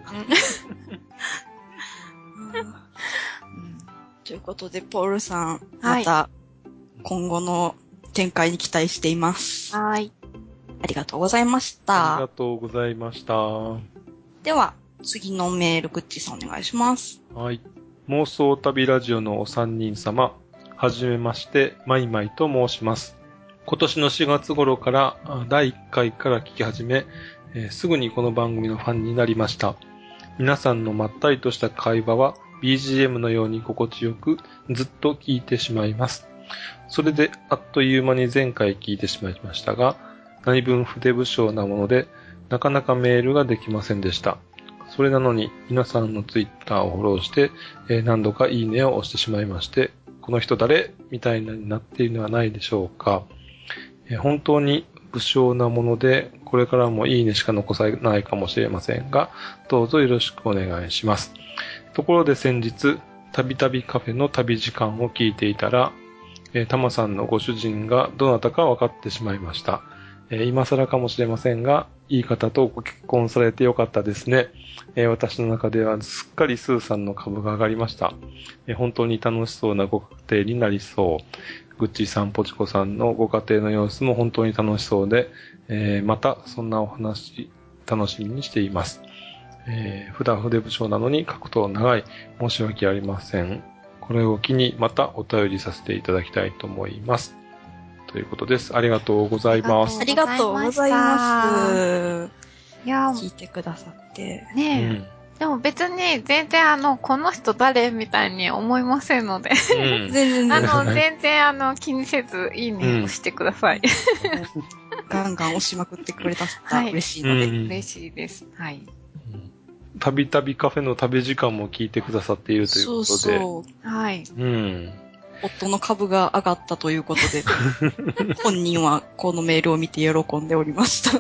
ということで、ポールさん、また今後の展開に期待しています。 はい。 ありがとうございました。 ありがとうございました。 では、次のメール、グッチさんお願いします。 はい。妄想旅ラジオのお三人様、はじめまして、マイマイと申します。今年の4月頃から第1回から聞き始め、すぐにこの番組のファンになりました。皆さんのまったりとした会話は BGM のように心地よくずっと聞いてしまいます。それであっという間に前回聞いてしまいましたが、何分筆不詳なものでなかなかメールができませんでした。それなのに皆さんのツイッターをフォローして、何度かいいねを押してしまいまして、この人誰みたいになっているのはないでしょうか。本当に不詳なもので、これからもいいねしか残さないかもしれませんが、どうぞよろしくお願いします。ところで先日、たびたびカフェの旅時間を聞いていたら、タマさんのご主人がどなたか分かってしまいました。今更かもしれませんが、いい方とご結婚されてよかったですね。私の中ではすっかりスーさんの株が上がりました。本当に楽しそうなご家庭になりそう。グッチーさん、ポチコさんのご家庭の様子も本当に楽しそうで、またそんなお話楽しみにしています。普段筆不詳なのに書くと長い。申し訳ありません。これを機にまたお便りさせていただきたいと思います。ということです。ありがとうございます。 ありがとうございます。いや、聞いてくださって。 ねえ。でも別に全然この人誰みたいに思いませんので。全然気にせずいいねをしてください。 ガンガン押しまくってくれたら嬉しいので。 嬉しいです。はい。 たびたびカフェの食べ時間も聞いてくださっているということで。 そう。 はい。 うん。 夫の株が上がったということで、本人はこのメールを見て喜んでおりました。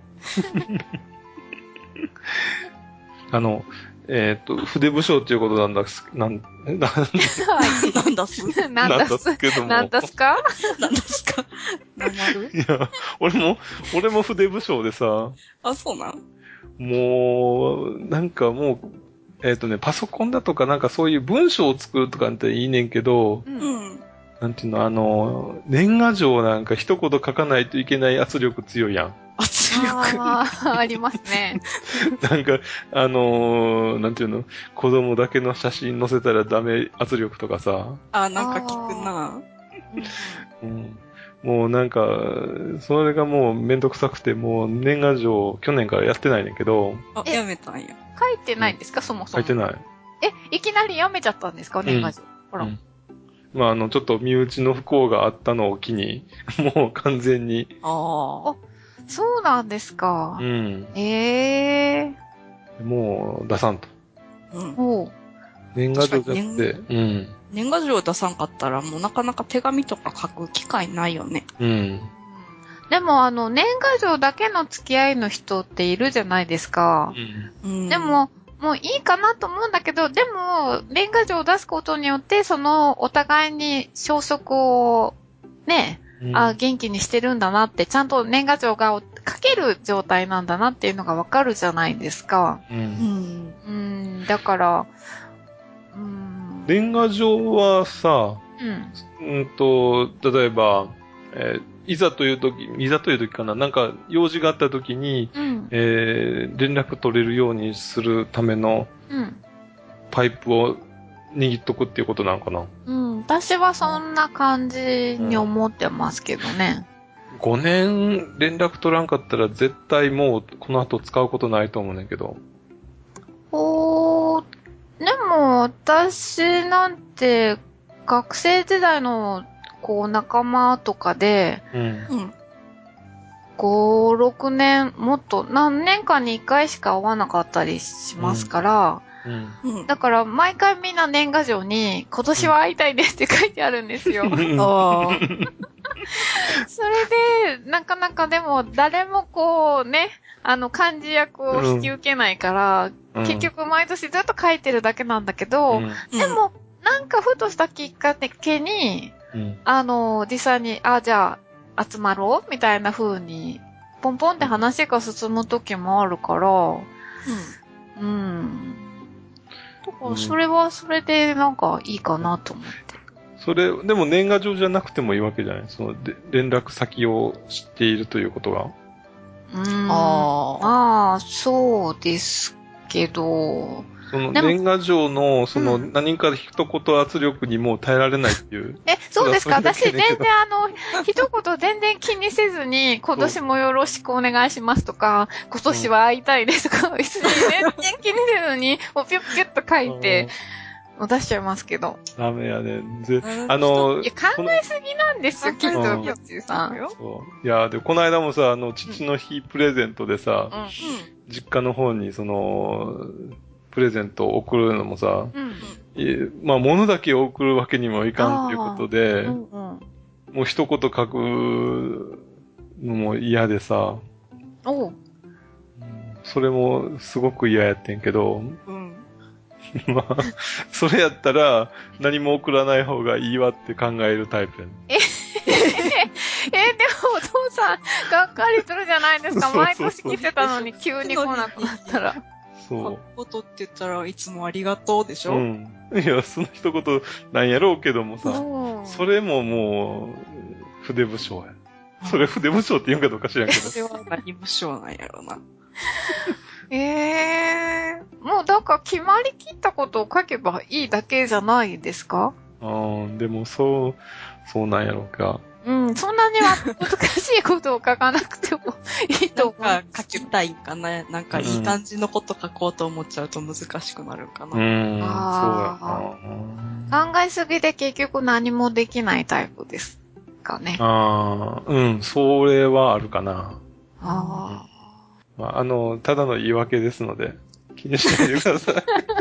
筆武将ということなんだす、なんだすなんだすけども。 なんだすかなんですかなまるいや、俺も筆武将でさ。 あ、そうなんもう、なんかもう、パソコンだとかなんかそういう文章を作るとかっていいねんけど、 うん。 なんていうの、年賀状なんか一言書かないといけない圧力強いやん。 圧力。 ありますね。 なんか、なんていうの、子供だけの写真載せたらダメ圧力とかさ。 なんか聞くな。 うん、もうなんか、それがもうめんどくさくて、もう年賀状去年からやってないねんけど。 やめたんや。 書いてないんですか、そもそも。 書いてない。 いきなりやめちゃったんですか、年賀状。ほら。 まあ、ちょっと身内の不幸があったのを機に、もう完全に。 そうなんですか。 うん。もう出さんと。 うん。 年賀状じゃなくて、うん。 年賀状出さんかったらもうなかなか手紙とか書く機会ないよね。 うん。 でも年賀状だけの付き合いの人っているじゃないですか。 うん。 でも、もういいかなと思うんだけど、でも、年賀状を出すことによって、お互いに消息を、ね、元気にしてるんだなって、ちゃんと年賀状が書ける状態なんだなっていうのがわかるじゃないですか。だから、 年賀状はさ、例えば、いざという時かな、なんか用事があった時に、連絡取れるようにするための、パイプを握っとくっていうことなのかな。 私はそんな感じに思ってますけどね。 5年連絡取らんかったら絶対もうこの後使うことないと思うねんけど。 でも私なんて学生時代の仲間とかで、5、6年、もっと何年間に1回しか会わなかったりしますから、だから毎回みんな年賀状に今年は会いたいですって書いてあるんですよ。それで、なかなかでも誰も漢字役を引き受けないから、結局毎年ずっと書いてるだけなんだけど、でもなんかふとしたきっかけに、実際に、じゃあ集まろうみたいな風に、ポンポンって話が進む時もあるから、だからそれはそれでなんかいいかなと思って。 でも年賀状じゃなくてもいいわけじゃない？連絡先を知っているということが。 そうですけど。 年賀状の、何か一言圧力にもう耐えられないっていう。 そうですか。私全然一言全然気にせずに、今年もよろしくお願いしますとか、今年は会いたいですとか、別に全然気にせずに、もうピュッピュッと書いて、出しちゃいますけど。 ダメやね。 考えすぎなんですよ、きっと、ピョッチーさん。 いや、で、この間もさ、父の日プレゼントでさ、実家の方にプレゼントを送るのもさ、まあ、物だけを送るわけにもいかんということで、もう一言書くのも嫌でさ、それもすごく嫌やってんけど、まあ、それやったら何も送らない方がいいわって考えるタイプやね。 でもお父さん、がっかりするじゃないですか。毎年来てたのに急に来なくなったら。 そう。ことって言ったらいつもありがとうでしょ？ いや、その一言なんやろうけどもさ、それももう、筆武将や。それ筆武将って言うんかどうか知らんけど。 それは何武将なんやろな。 もうだから決まりきったことを書けばいいだけじゃないですか？ でもそうなんやろうか。 そんなには難しいことを書かなくてもいいと思う。 なんか書きたいんかな。なんかいい感じのこと書こうと思っちゃうと難しくなるんかな。 そうやな。考えすぎで結局何もできないタイプですかね。 それはあるかな。 まあ、ただの言い訳ですので。 気にしないでください。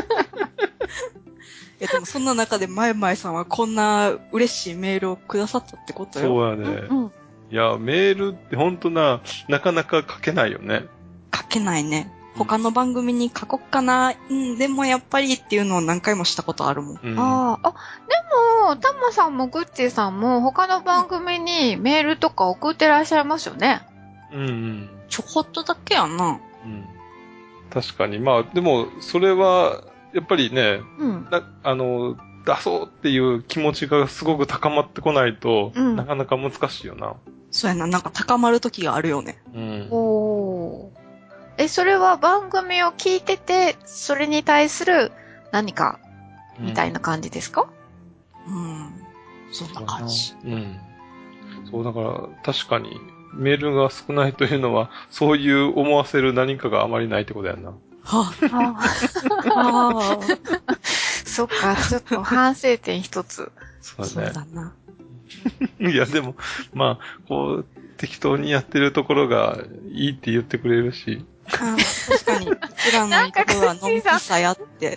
いやでもそんな中でまいまいさんはこんな嬉しいメールをくださったってことよ。 そうやね。いや、メールってほんとなかなか書けないよね。 書けないね。他の番組に書こっかな、でもやっぱりっていうのを何回もしたことあるもん。 でも、タマさんもグッチーさんも他の番組にメールとか送ってらっしゃいますよね。 ちょこっとだけやんな。 確かに。まあ、でも、それは、やっぱりね、出そうっていう気持ちがすごく高まってこないと、なかなか難しいよな。 そうやな、なんか高まる時があるよね。 それは番組を聞いてて、それに対する何か、みたいな感じですか？ そんな感じ。 そう、だから、確かに、メールが少ないというのは、そういう思わせる何かがあまりないってことやんな。 そっか、ちょっと反省点一つ。 そうだな。 いや、でも、まあ、こう、適当にやってるところがいいって言ってくれるし。 確かに、うちらのいいところはのんびりさやって。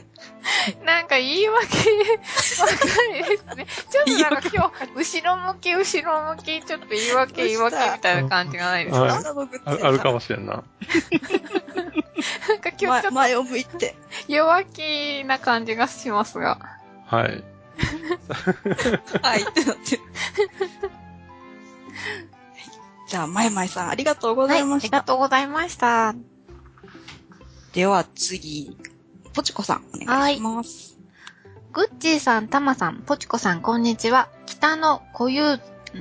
なんか言い訳ばかりですね。ちょっとなんか今日、後ろ向き、ちょっと言い訳みたいな感じがないですか？ あるかもしれんな。 なんか今日ちょっと前を向いて。 弱気な感じがしますが。 はい。 はいってなってる。じゃあ、まいまいさんありがとうございました。 ありがとうございました。 では次、ポチコさんお願いします。 グッチーさん、タマさん、ポチコさん、こんにちは。北の小遊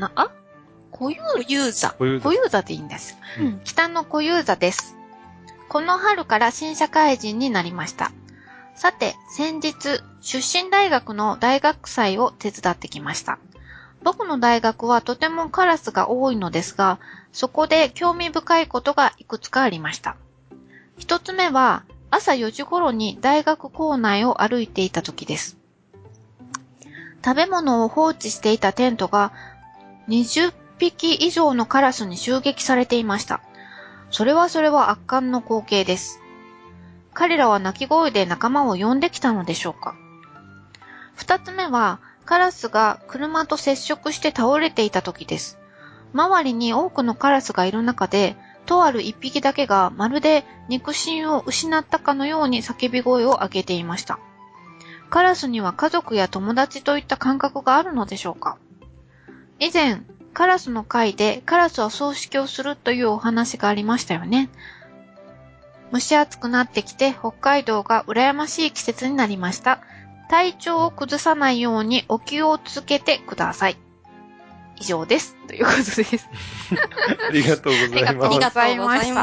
三でいいんです。北の小遊三です。この春から新社会人になりました。さて、先日、出身大学の大学祭を手伝ってきました。僕の大学はとてもカラスが多いのですが、そこで興味深いことがいくつかありました。一つ目は、朝4時頃に大学構内を歩いていた時です。食べ物を放置していたテントが20匹以上のカラスに襲撃されていました。それは圧巻の光景です。彼らは鳴き声で仲間を呼んできたのでしょうか。二つ目は、カラスが車と接触して倒れていた時です。周りに多くのカラスがいる中で、とある一匹だけがまるで肉親を失ったかのように叫び声を上げていました。カラスには家族や友達といった感覚があるのでしょうか。以前、カラスの会でカラスは葬式をするというお話がありましたよね。蒸し暑くなってきて北海道が羨ましい季節になりました。体調を崩さないようにお気をつけてください。以上です。ということです。 ありがとうございます。 ありがとうございました。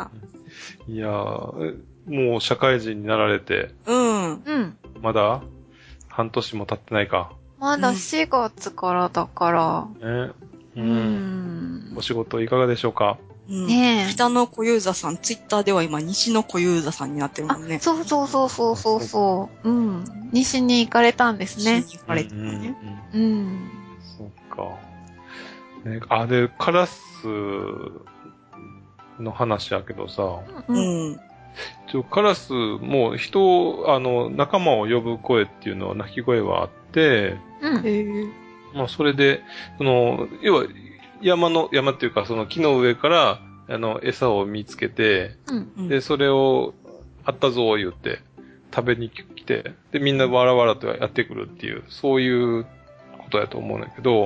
いやー、もう社会人になられて。まだ半年も経ってないか。 まだ4月からだから。 お仕事いかがでしょうか？ ねえ。 北の小遊三さん、ツイッターでは今西の小遊三さんになってるもんね。 そう。西に行かれたんですね。 西に行かれたね。 そっか。で、カラスの話やけどさ。カラスも仲間を呼ぶ声っていうのは鳴き声はあって、まあそれで、要は山っていうかその木の上から餌を見つけて、で、それをあったぞ言って食べに来て、で、みんなわらわらとやってくるっていう、そういうことやと思うんだけど、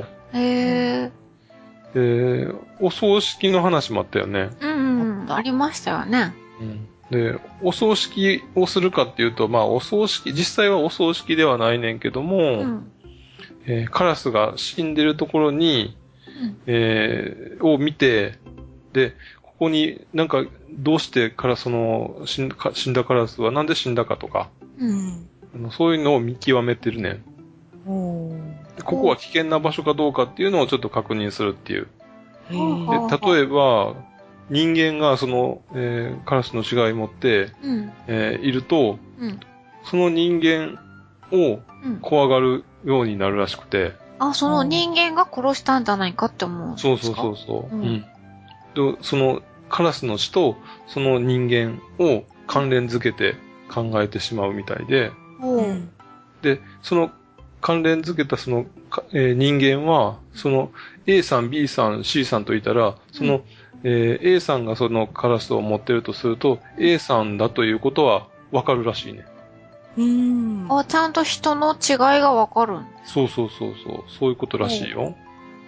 お葬式の話もあったよね。 ありましたよね。 で、お葬式をするかっていうと、まあ実際はお葬式ではないねんけども、カラスが死んでるところに、を見て、で、ここになんかどうして死んだカラスはなんで死んだかとか、そういうのを見極めてるねん。ここは危険な場所かどうかっていうのをちょっと確認するっていう。で例えば、人間がカラスの死骸持って、いると、その人間を怖がるようになるらしくて。 その人間が殺したんじゃないかって思うんですか？ そう。で、そのカラスの死とその人間を関連づけて考えてしまうみたいで、 うん、 で、その関連づけたその、人間は、その A さん、B さん、C さんといたら、その、A さんがそのカラスを持ってるとすると、A さんだということはわかるらしいね。 あ、ちゃんと人の違いがわかるんですそう。そういうことらしいよ。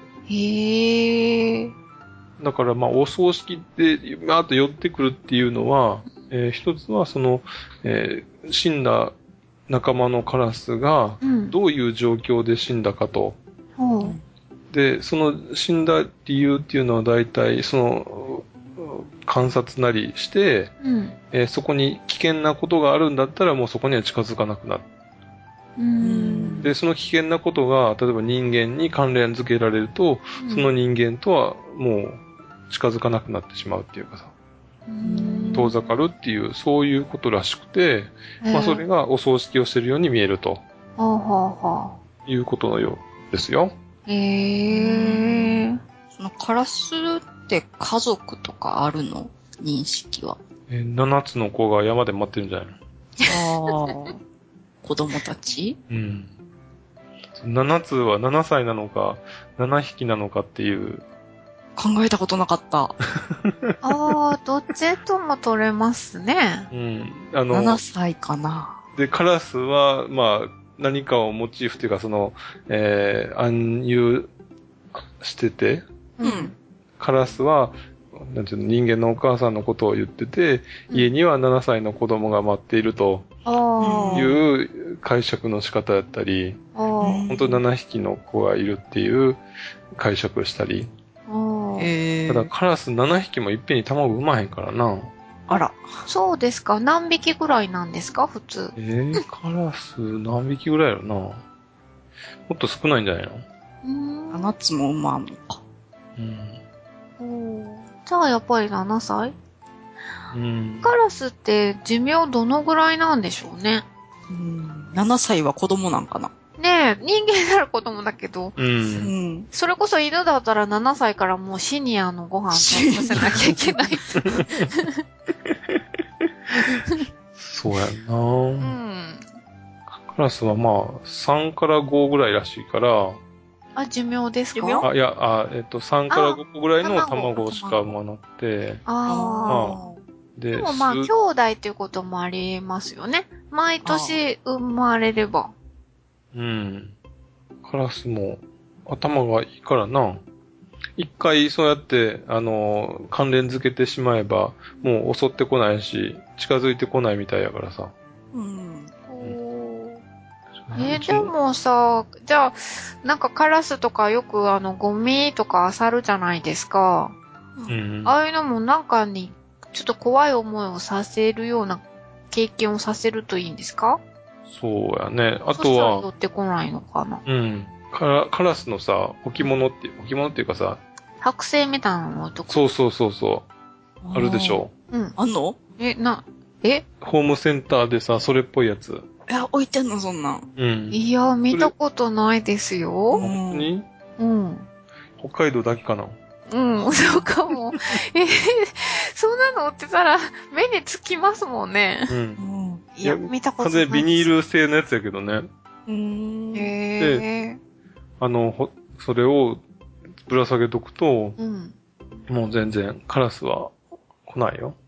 へー。 だからまあ、お葬式で、あと寄ってくるっていうのは、一つはその、死んだ仲間のカラスが、どういう状況で死んだかと。で、その死んだ理由っていうのは大体、その、観察なりして、そこに危険なことがあるんだったらもうそこには近づかなくなる。で、その危険なことが、例えば人間に関連づけられると、その人間とはもう近づかなくなってしまうっていうかさ、遠ざかるっていう、そういうことらしくて、まあそれがお葬式をしてるように見えると。いうことのようですよ。 そのカラスって家族とかあるの？認識は。 7つの子が山で待ってるんじゃないの？ ああ。子供たち？ うん。7つは7歳なのか、7匹なのかっていう。 考えたことなかった。 ああ、どっちとも取れますね。 うん。 7歳かな。 で、カラスは、まあ、何かをモチーフというか、その、暗喩してて、カラスは、なんていうの、人間のお母さんのことを言ってて、家には7歳の子供が待っているという解釈の仕方だったり、本当7匹の子がいるっていう解釈をしたり。ただカラス7匹もいっぺんに卵産まへんからな。 あら。そうですか。何匹ぐらいなんですか、普通。 カラス何匹ぐらいやろな。もっと少ないんじゃないの ？7つも産まんのか。 じゃあやっぱり7歳？カラスって寿命どのぐらいなんでしょうね。 7歳は子供なんかな。 ねえ、人間なら子供だけど、それこそ犬だったら7歳からもうシニアのご飯食べさせなきゃいけない。 そうやんな。カラスはまあ、3から5ぐらいらしいから。 あ、寿命ですか？ いや、3から5個ぐらいの卵しか産まなくて。 でもまあ、兄弟っていうこともありますよね。毎年生まれれば。 カラスも頭がいいからな。一回そうやって、関連づけてしまえば、もう襲ってこないし、近づいてこないみたいやからさ。 でもさ、じゃあ、なんかカラスとかよくゴミとか漁るじゃないですか。ああいうのもなんかに、ちょっと怖い思いをさせるような経験をさせるといいんですか？ そうやね。あとは。 そしたら寄ってこないのかな。 カラスのさ、置物っていうかさ。 剥製みたいなの置いとく。 そう。あるでしょ。 あんの？ ホームセンターでさ、それっぽいやつ。 いや、置いてんの、そんなん。 いや、見たことないですよ。 本当に？北海道だけかな。 そうかも。そんなの売ってたら目につきますもんね。いや、見たことない。 完全にビニール製のやつやけどね。 で、 それをぶら下げとくと、もう全然カラスは来ないよ。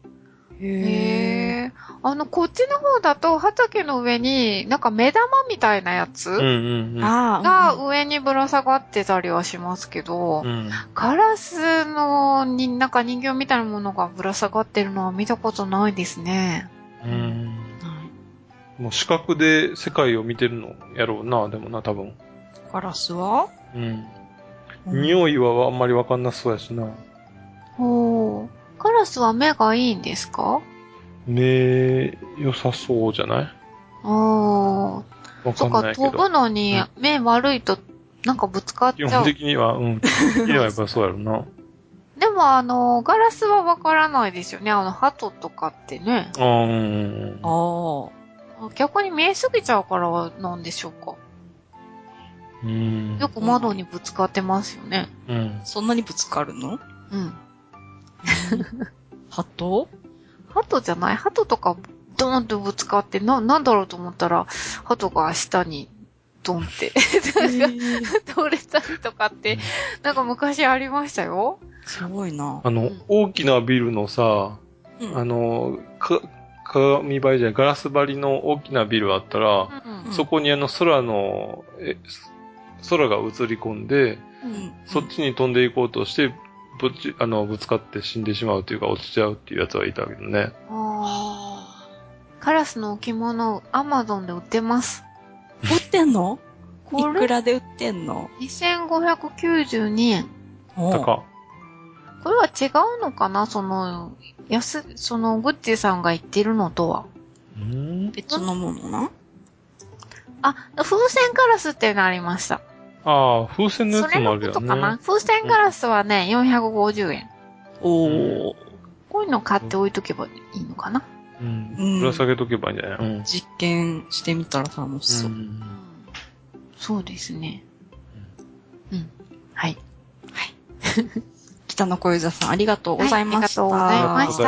こっちの方だと畑の上になんか目玉みたいなやつが上にぶら下がってたりはしますけど、カラスのなんか人形みたいなものがぶら下がってるのは見たことないですね。 もう視覚で世界を見てるのやろうな、でもな、多分。 カラスは？ 匂いはあんまりわかんなそうやしな。 カラスは目がいいんですか？ 目良さそうじゃない？わかんないけど。 飛ぶのに目悪いとなんかぶつかっちゃう。 基本的には、基本的にはやっぱそうやろな。 でもガラスはわからないですよね。鳩とかってね。逆に見えすぎちゃうからなんでしょうか。よく窓にぶつかってますよね。 そんなにぶつかるの？ うん。 鳩鳩じゃない？鳩とかドーンとぶつかって、なんだろうと思ったら、鳩が下にドンって、倒れたりとかって、なんか昔ありましたよ。 すごいな。 大きなビルのさ、鏡張りじゃない、ガラス張りの大きなビルあったら、そこに空が映り込んで、そっちに飛んでいこうとして、ぶつかって死んでしまうというか落ちちゃうっていうやつはいたけどね。 カラスの置物、アマゾンで売ってます。 売ってんの？いくらで売ってんの？ 2592 円。 高。 これは違うのかな？そのグッチさんが言ってるのとは。 別のものな？ 風船ガラスっていうのありました。 ああ、風船のやつもあるよね。それのことかな？ 風船ガラスはね、450円。 おー。 こういうの買って置いとけばいいのかな？ ぶら下げとけばいいんじゃない？ 実験してみたら楽しそう。 そうですね。はい。 北野小遊三さん、ありがとうございました。 ありがとうございました。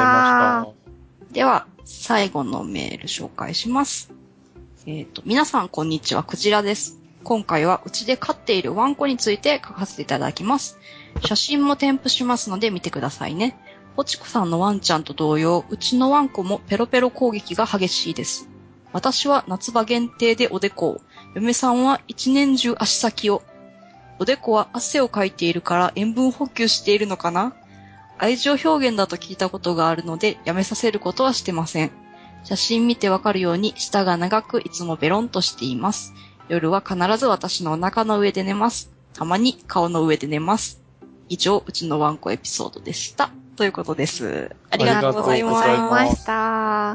では、最後のメール紹介します。皆さんこんにちは、クジラです。今回はうちで飼っているワンコについて書かせていただきます。写真も添付しますので見てくださいね。ポチコさんのワンちゃんと同様、うちのワンコもペロペロ攻撃が激しいです。私は夏場限定でおでこを、嫁さんは一年中足先を。おでこは汗をかいているから塩分補給しているのかな？愛情表現だと聞いたことがあるのでやめさせることはしてません。写真見てわかるように舌が長くいつもベロンとしています。夜は必ず私のお腹の上で寝ます。たまに顔の上で寝ます。以上、うちのワンコエピソードでした。ということです。ありがとうございました。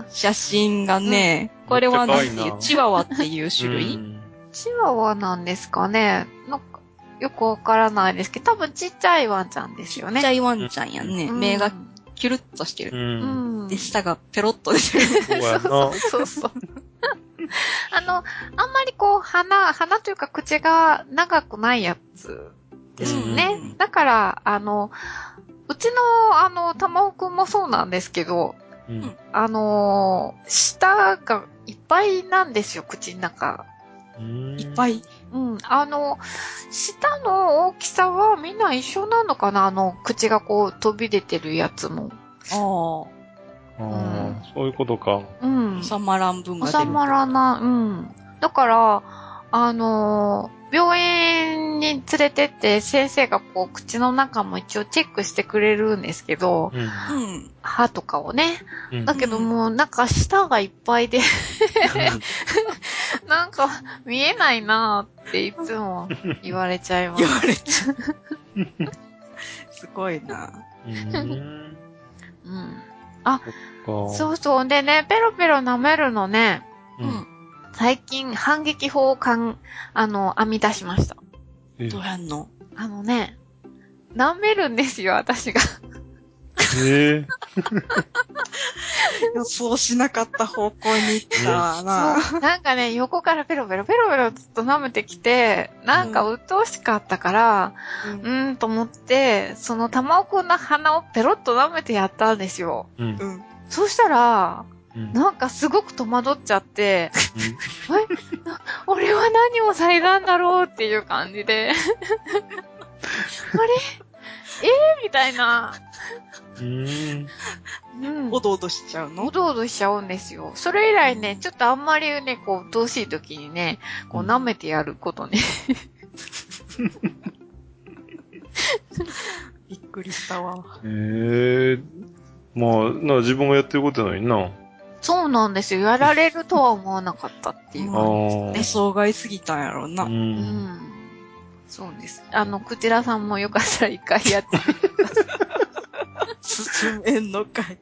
写真がね、これは何ていう、チワワっていう種類？ チワワなんですかね。なんかよくわからないですけど、多分ちっちゃいワンちゃんですよね。 ちっちゃいワンちゃんやんね。目がキュルッとしてる。で、舌がペロッと出てる。 そう。あんまりこう、鼻というか口が長くないやつですよね。だから、うちの、たまおくんもそうなんですけど、舌がいっぱいなんですよ、口の中。 いっぱい？ 舌の大きさはみんな一緒なのかな？口がこう飛び出てるやつも。 そういうことか。 収まらん分が出る。 収まらない。だから、病院に連れてって先生がこう口の中も一応チェックしてくれるんですけど、歯とかをね。だけどもうなんか舌がいっぱいでなんか見えないなーっていつも言われちゃいます。 言われちゃう。すごいな。 そうそう。でね、ペロペロ舐めるのね。最近反撃法を編み出しました。 どうやんの？ 舐めるんですよ、私が。 予想しなかった方向に行ったな。 そう。なんかね、横からペロペロずっと舐めてきて、なんか鬱陶しかったから、と思って、その玉尾くんの鼻をペロッと舐めてやったんですよ。そうしたら、なんかすごく戸惑っちゃって、俺は何をされたんだろうっていう感じで。あれみたいな。 おどおどしちゃうの？ おどおどしちゃうんですよ。それ以来ね、ちょっとあんまりね、こう、鬱陶しい時にね、こう舐めてやることね。 びっくりしたわ。 まあ、自分がやってることなのにな。 そうなんですよ。やられるとは思わなかったっていう感じですね。 予想外すぎたんやろうな。 そうです。クジラさんもよかったら一回やってみてください。 進めんのかい。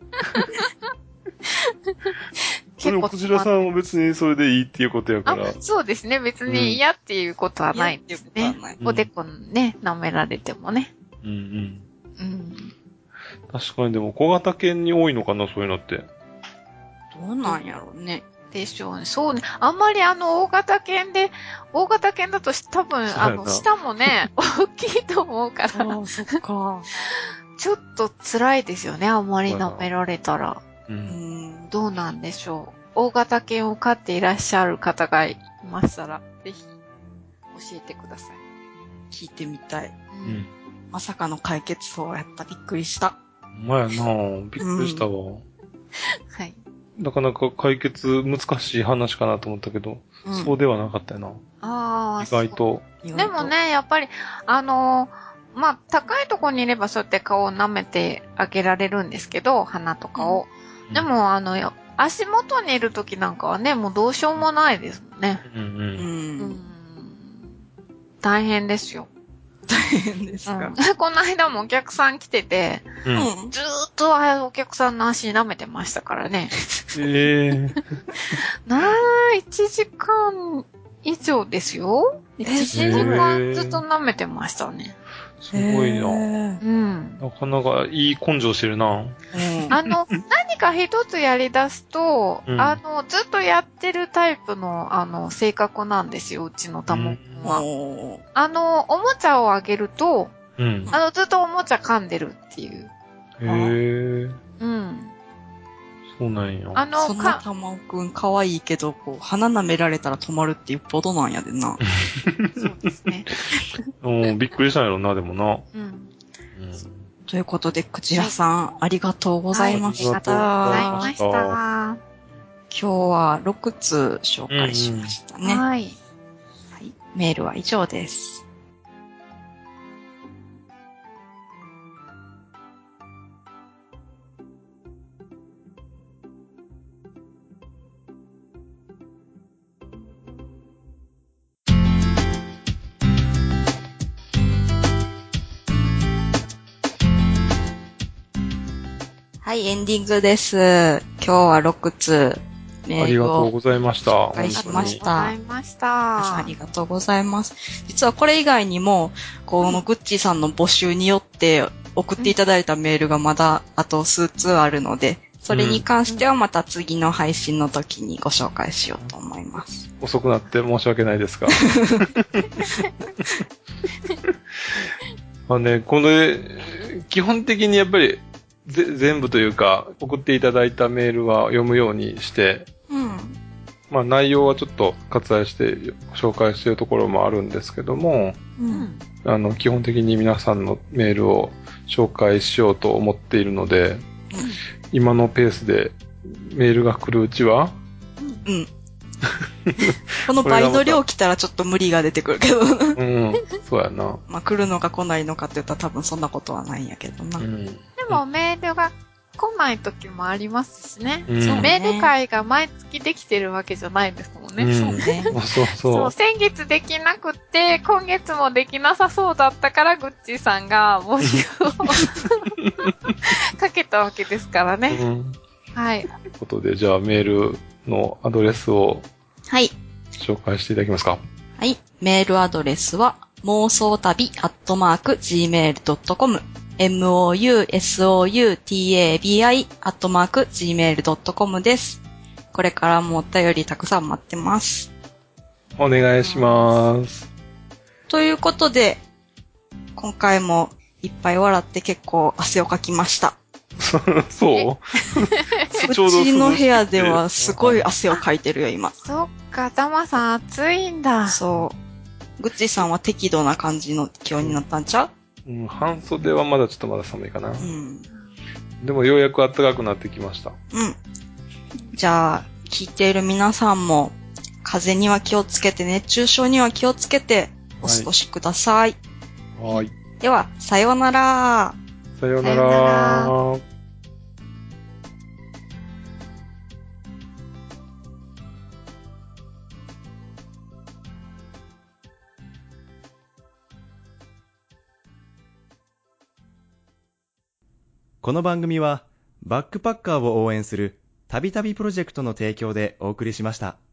でもクジラさんは別にそれでいいっていうことやから。 そうですね。別に嫌っていうことはないですね。おでこね、舐められてもね。 確かにでも小型犬に多いのかな、そういうのって。 どうなんやろうね。 でしょうね。そうね。あんまり大型犬だと多分、舌もね、大きいと思うから。 そっか。 ちょっと辛いですよね。あんまり舐められたら。 どうなんでしょう。大型犬を飼っていらっしゃる方がいましたら、ぜひ教えてください。 聞いてみたい。まさかの解決法やった。びっくりした。 まやなぁ。びっくりしたわ。 はい。 なかなか解決難しい話かなと思ったけど、そうではなかったよな。意外と。 でもね、やっぱり、高いところにいればそうやって顔を舐めてあげられるんですけど、鼻とかを。でも、足元にいるときなんかはね、もうどうしようもないですもんね。大変ですよ。 大変ですか。 この間もお客さん来てて、ずーっとお客さんの足舐めてましたからね。1時間以上ですよ。1時間ずっと舐めてましたね。 すごいな。なかなかいい根性してるな。 何か一つやり出すと、ずっとやってるタイプの、性格なんですよ、うちのタモ君は。おもちゃをあげると、ずっとおもちゃ噛んでるっていう。 そうなんや。 そんなタモ君可愛いけど、鼻舐められたら止まるっていうことなんやでな。 そうですね。 びっくりしたんやろな、でもな。 ということで、クジラさん、ありがとうございました。 ありがとうございました。 今日は6通紹介しましたね。はい。メールは以上です。はい、エンディングです。今日は6通メールを紹介しました。 ありがとうございました。 ありがとうございます。実はこれ以外にも、このグッチーさんの募集によって送っていただいたメールがまだあと数通あるので、それに関してはまた次の配信の時にご紹介しようと思います。 遅くなって申し訳ないですが。これ、基本的にやっぱり、全部というか、送っていただいたメールは読むようにして、内容はちょっと割愛して紹介しているところもあるんですけども、基本的に皆さんのメールを紹介しようと思っているので、今のペースでメールが来るうちは、 この倍の量来たらちょっと無理が出てくるけど。 そうやな。 来るのか来ないのかって言ったら多分そんなことはないんやけどな。 でもメールが来ない時もありますしね。メール会が毎月できてるわけじゃないですもんね。 そうね。 そう、先月できなくて、今月もできなさそうだったから、グッチーさんが募集をかけたわけですからね。はい。ということで、じゃあメールのアドレスを紹介していただけますか。 はい。メールアドレスは、妄想旅@gmail.com mousoutabi@gmail.com です。これからもお便りたくさん待ってます。 お願いします。 ということで、今回もいっぱい笑って結構汗をかきました。 そううちの部屋ではすごい汗をかいてるよ、今。 そっか、タマさん暑いんだ。 そう。グッチさんは適度な感じの気温になったんちゃう？ 半袖はまだちょっとまだ寒いかな。でもようやく暖かくなってきました。 じゃあ、聞いている皆さんも、風邪には気をつけて、熱中症には気をつけて、お過ごしください。 はい。 では、さようなら。 さようなら。 この番組はバックパッカーを応援するたびたびプロジェクトの提供でお送りしました。